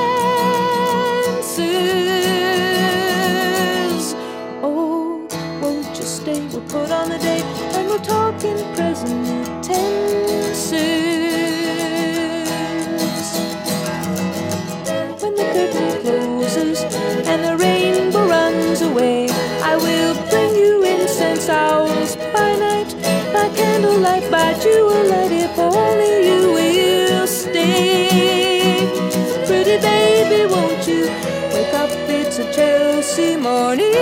senses. Oh, won't you stay? We'll put on the day, and we'll talk in present tenses. When the curtain closes and the rainbow runs away, I will bring you incense owls by night, by candlelight, by jewel light, if only you will stay. up, it's a Chelsea morning.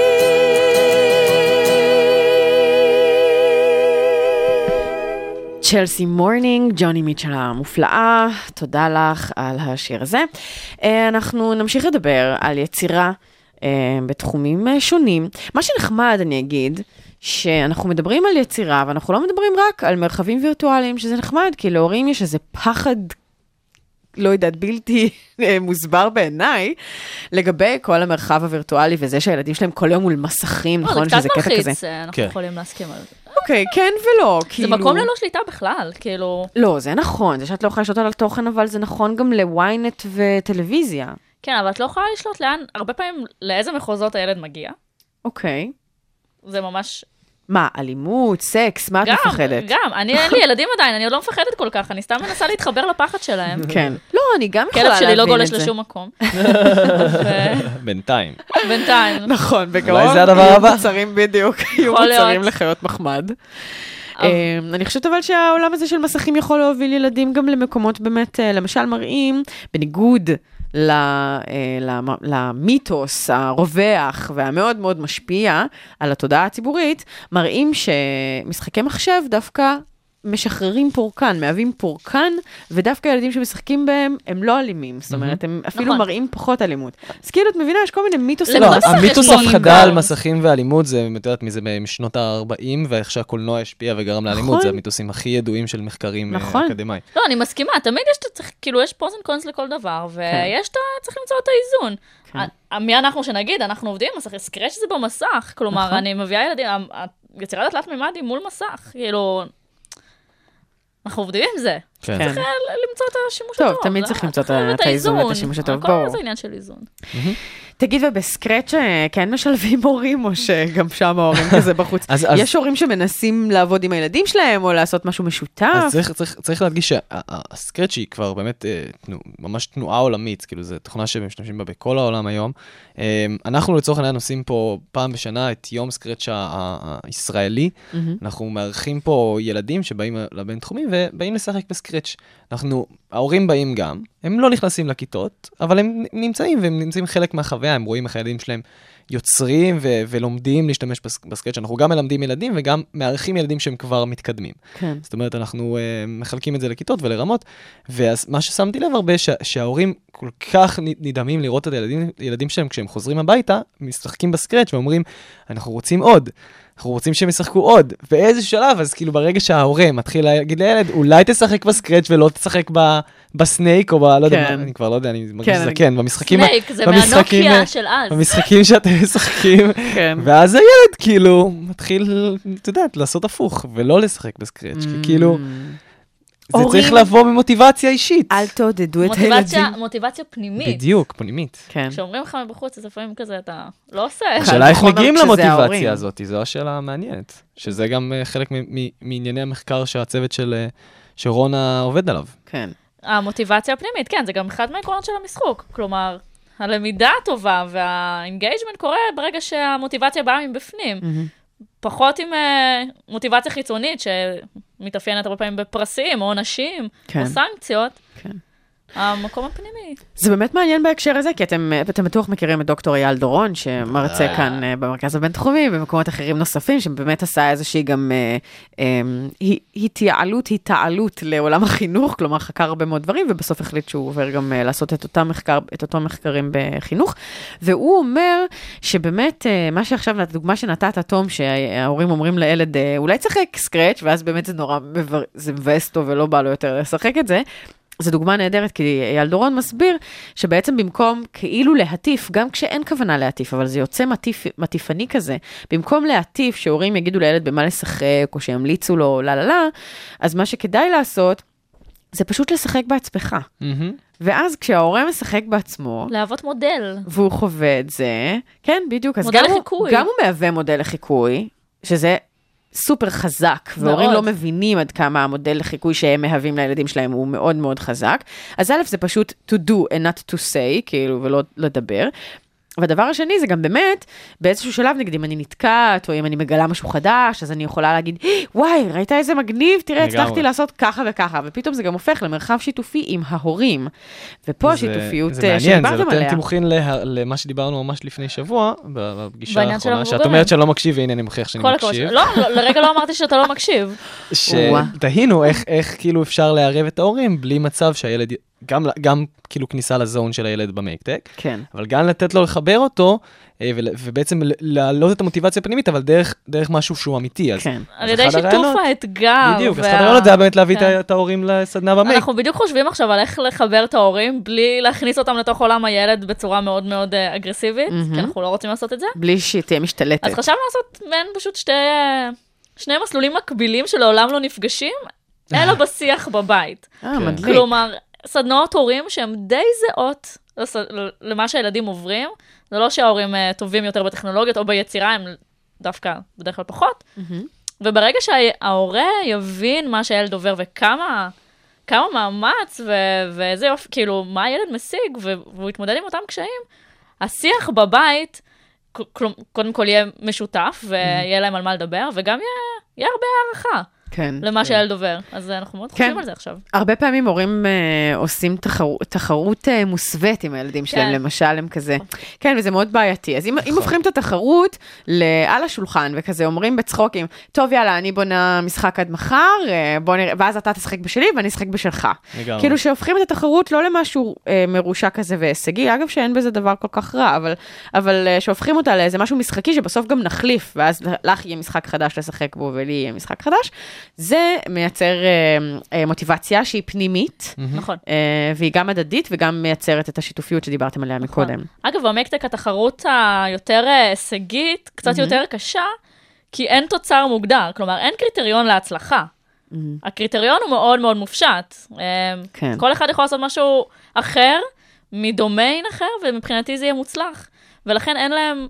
צ'לסי מורנינג, ג'וני מיטשל המופלאה, תודה לך על השיר הזה. אנחנו נמשיך לדבר על יצירה בתחומים שונים. מה שנחמד, אני אגיד, שאנחנו מדברים על יצירה, ואנחנו לא מדברים רק על מרחבים וירטואליים, שזה נחמד, כי להורים יש איזה פחד, לא יודעת, בלתי מוסבר בעיניי, לגבי כל המרחב הווירטואלי, וזה שהילדים שלהם כל יום מול מסכים, נכון? שזה קטע כזה. זה קצת מלחיץ, אנחנו יכולים להסכים על זה. אוקיי, כן ולא, כאילו... זה מקום ללא שליטה בכלל, כאילו... לא, זה נכון, זה שאת לא יכולה לשלוט על התוכן, אבל זה נכון גם לוויינט וטלוויזיה. כן, אבל את לא יכולה לשלוט לאן, הרבה פעמים, לאיזה מחוזות הילד מגיע. אוקיי. זה ממש... מה, אלימות, סקס, מה את מפחדת? גם, אני אין לי ילדים עדיין, אני לא מפחדת כל כך, אני סתם מנסה להתחבר לפחד שלהם. כן. לא, אני גם יכולה להבין את זה. כלב שלי לא גולש לשום מקום. בינתיים. בינתיים. נכון, בקרוב. אולי זה הדבר הבא. יהיו מוצרים בדיוק, יהיו מוצרים לחיות מחמד. אני חושבת אבל שהעולם הזה של מסכים יכול להוביל ילדים גם למקומות באמת, למשל מראים, בניגוד למיתוס הרווח והמאוד מאוד משפיע על התודעה הציבורית, מראים שמשחקי מחשב דווקא משחררים פורקן, מהווים פורקן, ודווקא ילדים שמשחקים בהם הם לא אלימים, זאת אומרת, הם אפילו מראים פחות אלימות. אז כאילו, את מבינה, יש כל מיני מיתוסים. לא, המיתוס הפחדה על מסכים ואלימות, זה, את יודעת, מזה משנות ה-ארבעים, ואיך שהקולנוע השפיע וגרם לאלימות, זה המיתוסים הכי ידועים של מחקרים אקדמיים. לא, אני מסכימה, תמיד יש, כאילו, יש פרוז אנד קונס לכל דבר, ויש, צריך למצוא את האיזון. מי אנחנו שנגיד, אנחנו עובדים מסך, סקרץ' זה במסך, כלומר, אני מביאה ילדים, יצירת התלת מימדי מול מסך, כאילו, אנחנו עובדים עם זה. צריך למצוא את השימוש הטוב. טוב, תמיד צריך למצוא את האיזון ואת השימוש הטוב. הכל זה עניין של איזון. תגיד, ובסקרץ' כן משלבים הורים, או שגם שם ההורים כזה בחוץ? יש הורים שמנסים לעבוד עם הילדים שלהם, או לעשות משהו משותף? אז צריך להדגיש שהסקרץ' היא כבר באמת ממש תנועה עולמית, כאילו זו תוכנה שמשתמשים בה בכל העולם היום. אנחנו לצורך העניין עושים פה פעם בשנה את יום סקרץ' הישראלי. אנחנו מארחים פה ילדים שבאים לבין תחומים, ובאים לשחק בסקרץ'. אנחנו, ההורים באים גם, הם לא נכנסים לכיתות, אבל הם נמצאים, והם נמצאים חלק מהחוויה, הם רואים איך הילדים שלהם יוצרים ו- ולומדים להשתמש בסקרץ'. אנחנו גם מלמדים ילדים וגם מארחים ילדים שהם כבר מתקדמים. כן. זאת אומרת, אנחנו uh, מחלקים את זה לכיתות ולרמות, ומה ששמתי לב הרבה, שה- שההורים כל כך נדהמים לראות את הילדים, הילדים שלהם כשהם חוזרים הביתה, משחקים בסקרץ' ואומרים, אנחנו רוצים עוד. אנחנו רוצים שהם ישחקו עוד. באיזה שלב, אז כאילו ברגע שההורה מתחיל להגיד לילד, אולי תשחק בסקרץ' ולא תשחק ב... בסנייק, או ב... לא יודע, אני כבר לא יודע, אני מרגיש שזה כן, במשחקים... סנייק, זה מהנוקיה של אז. במשחקים שאתם משחקים, ואז הילד כאילו מתחיל, אתה יודעת, לעשות הפוך, ולא לשחק בסקרץ', כי כאילו... זה צריך לבוא ממוטיבציה אישית. אל תעודדו את הילדים. מוטיבציה פנימית. בדיוק, פנימית. כשאומרים לך מבחוץ, אז לפעמים כזה אתה לא עושה. השאלה איך מגיעים למוטיבציה הזאת, זו השאלה המעניינת. שזה גם חלק מענייני המחקר שהצוות של שרונה עובד עליו. כן. המוטיבציה הפנימית, כן, זה גם אחד מהעקרונות של המשחוק. כלומר, הלמידה הטובה והאינגייג'מנט קורה ברגע שהמוטיבציה באה מבפנים. פחות עם uh, מוטיבציה חיצונית, שמתאפיינת הרבה פעמים בפרסים, או עונשים, כן. או סנקציות. כן. המקום הפנימי. זה באמת מעניין בהקשר הזה, כי אתם, אתם בטוח מכירים את דוקטור אייל דורון, שמרצה כאן uh, במרכז הבינתחומי, במקומות אחרים נוספים, שבאמת עשה איזושהי גם uh, um, התייעלות, התעלות לעולם החינוך, כלומר חקר הרבה מאוד דברים, ובסוף החליט שהוא עובר גם uh, לעשות את אותם, מחקר, את אותם מחקרים בחינוך, והוא אומר שבאמת, uh, מה שעכשיו, הדוגמה שנתת, תום, שההורים אומרים לילד, uh, אולי תשחק סקרץ', ואז באמת זה נורא, זה מבאס טוב ולא בא לו יותר לשחק את זה, זו דוגמה נהדרת, כי אייל דורון מסביר שבעצם במקום כאילו להטיף, גם כשאין כוונה להטיף, אבל זה יוצא מטיף, מטיפני כזה, במקום להטיף שהורים יגידו לילד במה לשחק, או שימליצו לו, לא, לא, לא, אז מה שכדאי לעשות, זה פשוט לשחק בעצמך. Mm-hmm. ואז כשההורה משחק בעצמו, להוות מודל. והוא חווה את זה, כן, בדיוק. מודל לחיקוי. הוא, גם הוא מהווה מודל לחיקוי, שזה סופר חזק, והורים לא מבינים עד כמה המודל לחיקוי שהם מהווים לילדים שלהם הוא מאוד מאוד חזק. אז א', זה פשוט to do and not to say, כאילו, ולא לדבר. והדבר השני זה גם באמת, באיזשהו שלב, נגיד, אם אני נתקעת, או אם אני מגלה משהו חדש, אז אני יכולה להגיד, וואי, ראית איזה מגניב, תראה, הצלחתי לעשות ככה וככה, ופתאום זה גם הופך למרחב שיתופי עם ההורים. ופה השיתופיות שדיברתם עליה. זה מעניין, זה נותן תימוכין למה שדיברנו ממש לפני שבוע, בפגישה האחרונה, שאת אומרת שאני לא מקשיב, והנה אני מוכיח שאני מקשיב. לא, לרגע לא אמרתי שאתה לא מקשיב. שתהינו איך כאילו אפשר לערב את ההורים, בלי מצב שהילד גם, גם כאילו כניסה לזון של הילד במייק-טק, כן. אבל גם לתת לו לחבר אותו, ובעצם להעלות את המוטיבציה הפנימית, אבל דרך, דרך משהו שהוא אמיתי. אז, כן. על ידי שיתוף האתגר. בדיוק, אז אחד הרעיונות זה היה באמת להביא כן. את ההורים לסדנה במייק. אנחנו בדיוק חושבים עכשיו על איך לחבר את ההורים, בלי להכניס אותם לתוך עולם הילד בצורה מאוד מאוד אגרסיבית, mm-hmm. כי אנחנו לא רוצים לעשות את זה. בלי שתהיה משתלטת. אז חשבנו לעשות בין פשוט שתי, שני מסלולים מקבילים שלעולם לא נפגשים, אלא בשיח בבית. אה, מדליק. כלומר, סדנאות הורים שהן די זהות למה שהילדים עוברים. זה לא שההורים טובים יותר בטכנולוגיות או ביצירה, הם דווקא בדרך כלל פחות. וברגע שההורה יבין מה שהילד עובר וכמה כמה מאמץ וזה יופי, כאילו, מה הילד משיג והוא יתמודד עם אותם קשיים, השיח בבית, קודם כל יהיה משותף ויהיה להם על מה לדבר, וגם יהיה הרבה הערכה. כן. למה שהילד עובר. אז אנחנו מאוד חושבים על זה עכשיו. הרבה פעמים הורים עושים תחרות מוסווית עם הילדים שלהם, למשל, הם כזה. כן, וזה מאוד בעייתי. אז אם הופכים את התחרות על השולחן, וכזה אומרים בצחוקים, טוב, יאללה, אני בונה משחק עד מחר, ואז אתה תשחק בשלי, ואני אשחק בשלך. כאילו שהופכים את התחרות לא למשהו מרושע כזה והישגי, אגב שאין בזה דבר כל כך רע, אבל שהופכים אותה לאיזה משהו משחקי, שבסוף גם נחליף, ואז לך יהיה משחק חדש לשחק בו, ולי יהיה משחק חדש. זה מייצר אה, מוטיבציה שהיא פנימית, נכון. אה, והיא גם הדדית וגם מייצרת את השיתופיות שדיברתם עליה נכון. מקודם. אגב, במייק-טק התחרות היותר הישגית, קצת mm-hmm. יותר קשה, כי אין תוצר מוגדר, כלומר אין קריטריון להצלחה. Mm-hmm. הקריטריון הוא מאוד מאוד מופשט. כן. כל אחד יכול לעשות משהו אחר, מדומיין אחר, ומבחינתי זה יהיה מוצלח. ולכן אין להם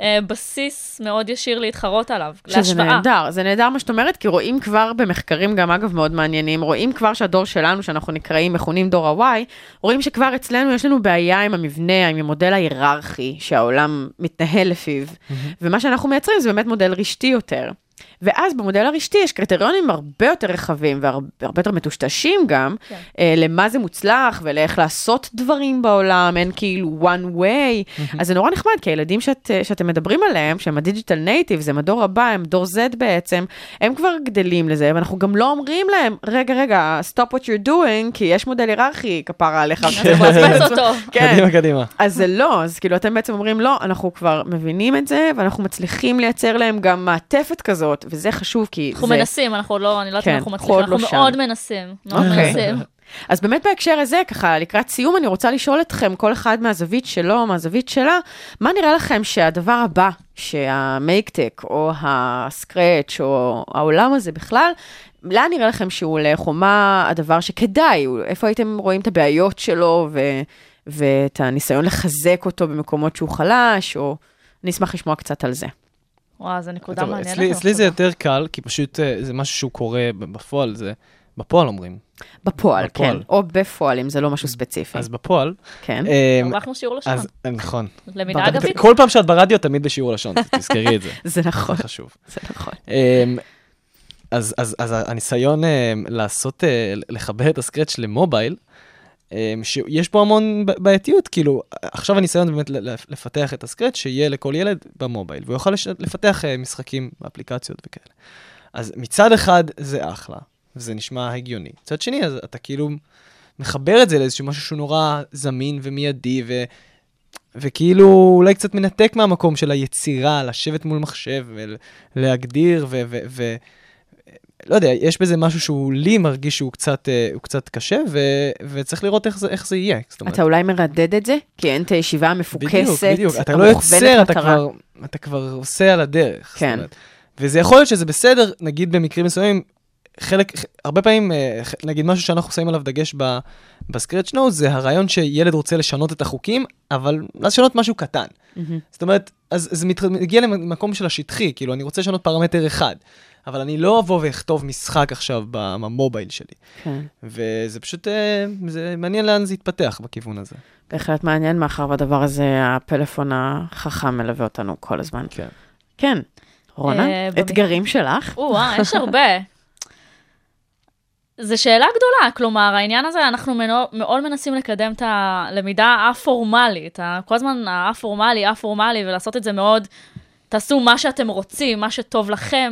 בסיס מאוד ישיר להתחרות עליו, להשוואה. שזה נהדר, זה נהדר מה שאת אומרת, כי רואים כבר במחקרים גם אגב מאוד מעניינים, רואים כבר שהדור שלנו, שאנחנו נקראים, מכונים דור ה-Y, רואים שכבר אצלנו יש לנו בעיה עם המבנה, עם המודל ההיררכי, שהעולם מתנהל לפיו, mm-hmm. ומה שאנחנו מייצרים זה באמת מודל רשתי יותר. ואז במודל הרשתי יש קריטריונים הרבה יותר רחבים, והרבה יותר מטושטשים גם, כן. אה, למה זה מוצלח, ולאיך לעשות דברים בעולם, אין כאילו one way. Mm-hmm. אז זה נורא נחמד, כי הילדים שאת, שאתם מדברים עליהם, שהם הדיג'יטל נייטיב, זה הדור הבא, הם דור Z בעצם, הם כבר גדלים לזה, ואנחנו גם לא אומרים להם, רגע, רגע, stop what you're doing, כי יש מודל היררכי, כפרה עליך, צריך להספץ אותו. קדימה, קדימה. אז זה לא, אז כאילו אתם בעצם אומרים, לא, אנחנו כבר מבינים את זה, ואנחנו מצליחים לייצר להם גם מעטפת כזאת, וזה חשוב, כי אנחנו זה... מנסים, אנחנו לא, אני לא יודעת אם אנחנו מצליחים, אנחנו מאוד מנסים, מאוד מנסים. אז באמת בהקשר הזה, ככה, לקראת סיום, אני רוצה לשאול אתכם, כל אחד מהזווית שלו, מהזווית שלה, מה נראה לכם שהדבר הבא, שהמייק-טק, או הסקרץ', או העולם הזה בכלל, לאן נראה לכם שהוא הולך, או מה הדבר שכדאי, איפה הייתם רואים את הבעיות שלו, ו... ואת הניסיון לחזק אותו במקומות שהוא חלש, או נשמח לשמוע קצת על זה. וואו, זה נקודה מעניינת. אצלי, אצלי זה יותר קל, כי פשוט זה משהו שהוא קורה בפועל, זה בפועל אומרים. בפועל, בפועל. כן. או בפועל, אם זה לא משהו ספציפי. אז בפועל. כן. הרווחנו שיעור לשון. אז, נכון. למידה אגבית. כל פעם שאת ברדיו, תמיד בשיעור לשון, תזכרי את זה. זה נכון. זה חשוב. זה נכון. אז, אז, אז הניסיון לעשות, לחבר את הסקרץ' למובייל, שיש פה המון בעייתיות, כאילו, עכשיו הניסיון באמת לפתח את הסקרץ' שיהיה לכל ילד במובייל, והוא יוכל לפתח משחקים באפליקציות וכאלה. אז מצד אחד זה אחלה, וזה נשמע הגיוני. מצד שני, אז אתה כאילו מחבר את זה לאיזשהו משהו שהוא נורא זמין ומיידי, ו... וכאילו אולי קצת מנתק מהמקום של היצירה, לשבת מול מחשב ולהגדיר, ו... ו... ו... לא יודע, יש בזה משהו שהוא לי מרגיש שהוא קצת, הוא קצת קשה, ו, וצריך לראות איך זה, איך זה יהיה. אתה אולי מרדד את זה? כי אין את הישיבה המפוקסת, בדיוק, בדיוק. אתה לא יוצר, אתה כבר, אתה כבר עושה על הדרך. כן. וזה יכול להיות שזה בסדר, נגיד במקרים מסוימים, חלק, הרבה פעמים, נגיד משהו שאנחנו שמים עליו דגש בסקרץ' נוט, זה הרעיון שילד רוצה לשנות את החוקים, אבל לשנות משהו קטן. זאת אומרת, אז זה מגיע למקום של השטחי, כאילו, אני רוצה לשנות פרמטר אחד, אבל אני לא אבוא ואכתוב משחק עכשיו במובייל שלי. כן. וזה פשוט, זה מעניין לאן זה יתפתח בכיוון הזה. בהחלט מעניין, מאחר והדבר הזה, הפלאפון החכם מלווה אותנו כל הזמן. כן. כן. רונה, אתגרים שלך? וואו, יש הרבה. זו שאלה גדולה, כלומר, העניין הזה, אנחנו מאוד מנסים לקדם את הלמידה הפורמלית, כל הזמן הפורמלי, הפורמלי, ולעשות את זה מאוד, תעשו מה שאתם רוצים, מה שטוב לכם,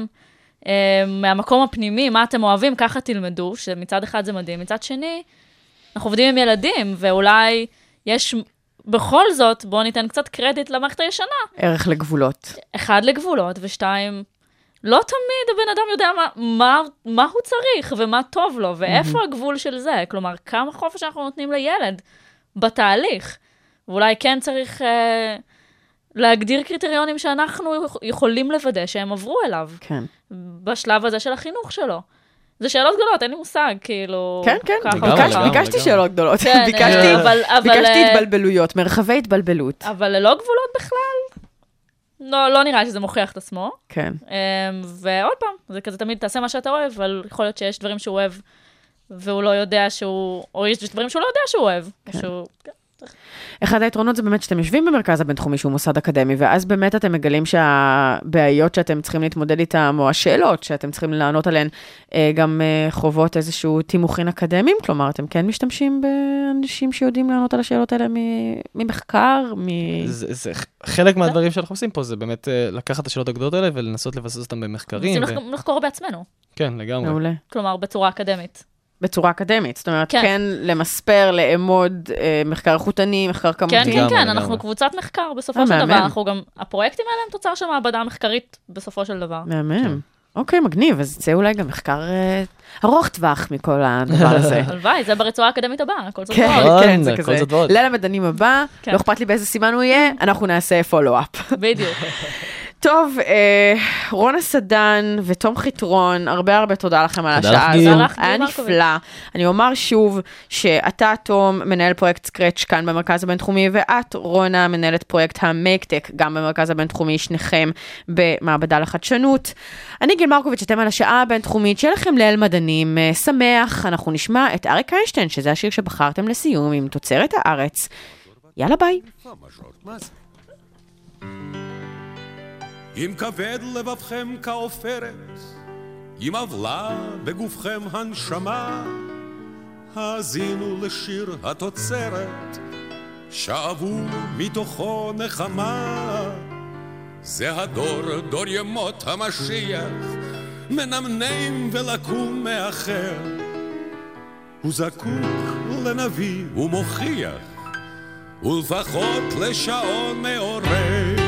מהמקום הפנימי, מה אתם אוהבים, ככה תלמדו, שמצד אחד זה מדהים, מצד שני, אנחנו עובדים עם ילדים, ואולי יש, בכל זאת, בואו ניתן קצת קרדיט למערכת הישנה. ערך לגבולות. אחד, לגבולות, ושתיים, לא תמיד הבן אדם יודע מה, מה, מה הוא צריך ומה טוב לו, ואיפה mm-hmm. הגבול של זה. כלומר, כמה חופש אנחנו נותנים לילד בתהליך. ואולי כן צריך אה, להגדיר קריטריונים שאנחנו יכולים לוודא שהם עברו אליו. כן. בשלב הזה של החינוך שלו. זה שאלות גדולות, אין לי מושג, כאילו... כן, כן, ביקשתי שאלות גדולות. ביקשתי התבלבלויות, מרחבי התבלבלות. אבל ללא גבולות בכלל. לא, לא נראה שזה מוכיח את עצמו. כן. ועוד פעם, זה כזה תמיד תעשה מה שאתה אוהב, אבל יכול להיות שיש דברים שהוא אוהב, והוא לא יודע שהוא... או יש דברים שהוא לא יודע שהוא אוהב. שהוא... אחד היתרונות זה באמת שאתם יושבים במרכז הבינתחומי שהוא מוסד אקדמי, ואז באמת אתם מגלים שהבעיות שאתם צריכים להתמודד איתן, או השאלות שאתם צריכים לענות עליהן, גם חובות איזשהו תימוכין אקדמיים, כלומר, אתם כן משתמשים באנשים שיודעים לענות על השאלות האלה ממחקר, מ... זה, זה, חלק מהדברים שאנחנו עושים פה, זה באמת לקחת את השאלות הגדולות האלה, ולנסות לבסס אותם במחקרים. רוצים לחקור בעצמנו. כן, לגמרי. מעולה. כלומר, בצורה אקדמית. בצורה אקדמית, זאת אומרת, כן, כן למספר, לאמוד, אה, מחקר איכותני, מחקר כמותי. כן, כן, כן, אנחנו קבוצת מחקר בסופו 아, של דבר, אנחנו גם, הפרויקטים האלה הם תוצר של מעבדה מחקרית בסופו של דבר. מהמם. כן. אוקיי, מגניב, אז זה אולי גם מחקר אה, ארוך טווח מכל הדבר הזה. הלוואי, זה ברצועה האקדמית הבאה, כל זאת כן, כן, זה כזה. ליל המדענים הבא, כן. לא אכפת לי באיזה סימן הוא יהיה, אנחנו נעשה פולו-אפ. בדיוק. טוב, אה, רונה סדן ותום חיטרון, הרבה הרבה תודה לכם על השעה הזו. היה נפלא. אני אומר שוב שאתה, תום, מנהל פרויקט סקרץ' כאן במרכז הבינתחומי, ואת, רונה, מנהלת פרויקט המקטק, גם במרכז הבינתחומי, שניכם במעבדה לחדשנות. אני גיל מרקוביץ', אתם על השעה הבינתחומית, שיהיה לכם ליל מדענים שמח. אנחנו נשמע את אריק איינשטיין, שזה השיר שבחרתם לסיום עם תוצרת הארץ. יאללה ביי. אם כבד לבבכם כעופרת, אם אבלה בגופכם הנשמה, האזינו לשיר התוצרת, שאבו מתוכו נחמה. זה הדור, דור ימות המשיח, מנמנם ולקום מאחר. הוא זקוק לנביא ומוכיח, ולפחות לשעון מעורר.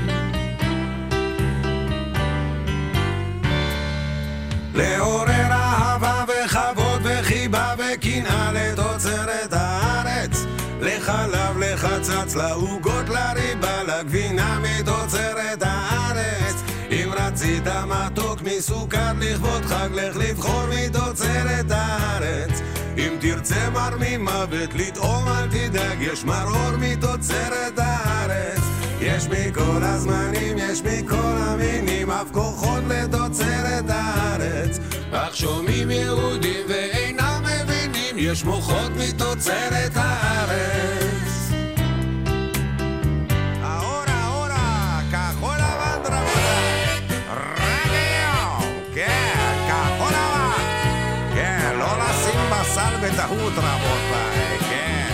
לעורר אהבה וכבוד וחיבה וקנאה לתוצרת הארץ, לחלב, לחצץ, לעוגות, לריבה, לגבינה מתוצרת הארץ. אם רצית מתוק מסוכר לכבוד חג, לך לבחור מתוצרת הארץ. אם תרצה מר ממוות לטעום אל תדאג, יש מרור מתוצרת הארץ. יש מכל הזמנים, יש מכל המינים, אף כוחות לתוצרת הארץ. אך שומעים יהודים ואינם מבינים, יש מוחות מתוצרת הארץ. ahora, ahora, כחול לבן רבותיי, רדיו, כן, כחול לבן, כן, לא לשים בסל בטעות רבותיי, כן.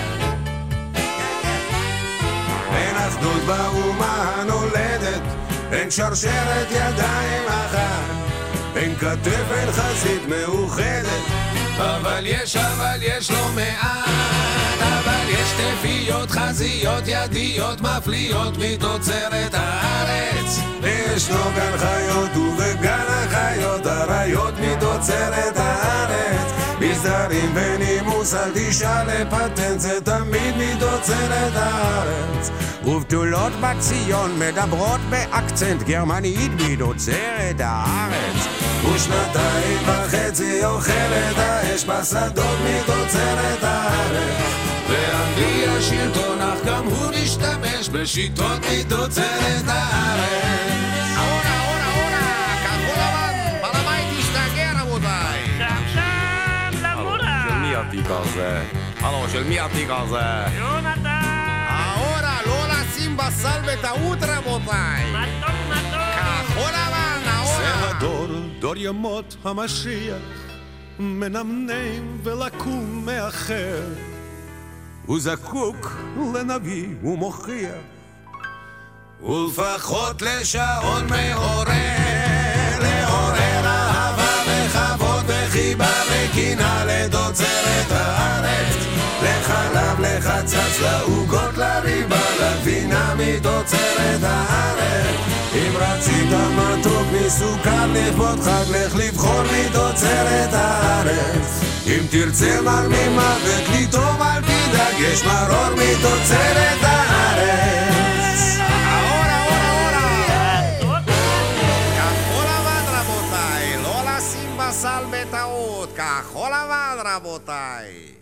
אין אחדות באומה הנולדת, אין שרשרת ידיים אחת, אין כתף, אין חזית מאוחדת, אבל יש, אבל יש לא מעט, אבל יש תפיות, חזיות, ידיות, מפליות מתוצרת הארץ. ישנו גן חיות ובגן החיות, הריות מתוצרת הארץ. מסדרים ונימוס, אל תשאל לפטנט, זה תמיד מתוצרת הארץ. ובתולות בציון מדברות באקצנט גרמנית מתוצרת הארץ. ושנתיים וחצי אוכלת האש בשדות מתוצרת הארץ. ואנגלי השלטון אך גם הוא משתמש בשיטות מתוצרת הארץ. אורה, אורה, אורה, כחול לבן, בעל הבית השתגע רבותיי. שם שם למורה. של מי התיק הזה? הלו, של מי התיק הזה? יונתן. אורה, לא לשים בסל בטעות רבותיי. מתוק מתוק. כחול לבן, אורה. זה הדור, דור ימות המשיח, מנמנם ולקום מאחר. הוא זקוק לנביא ומוכיח, ולפחות לשעון מעורר, לעורר אהבה וכבוד וחיבה וקינה לתוצרת הארץ, לחלב, לחצץ, לעוגות, לריבה, לגבינה מתוצרת הארץ. אם רצית מתוק מסוכר לכבוד חג, לך לבחור מתוצרת הארץ. אם תרצה מר ממוות לטעום אל תדאג, יש מרור מתוצרת הארץ. אורה, אורה, אורה. כחול לבן רבותיי, לא לשים בסל בטעות. כחול לבן רבותיי.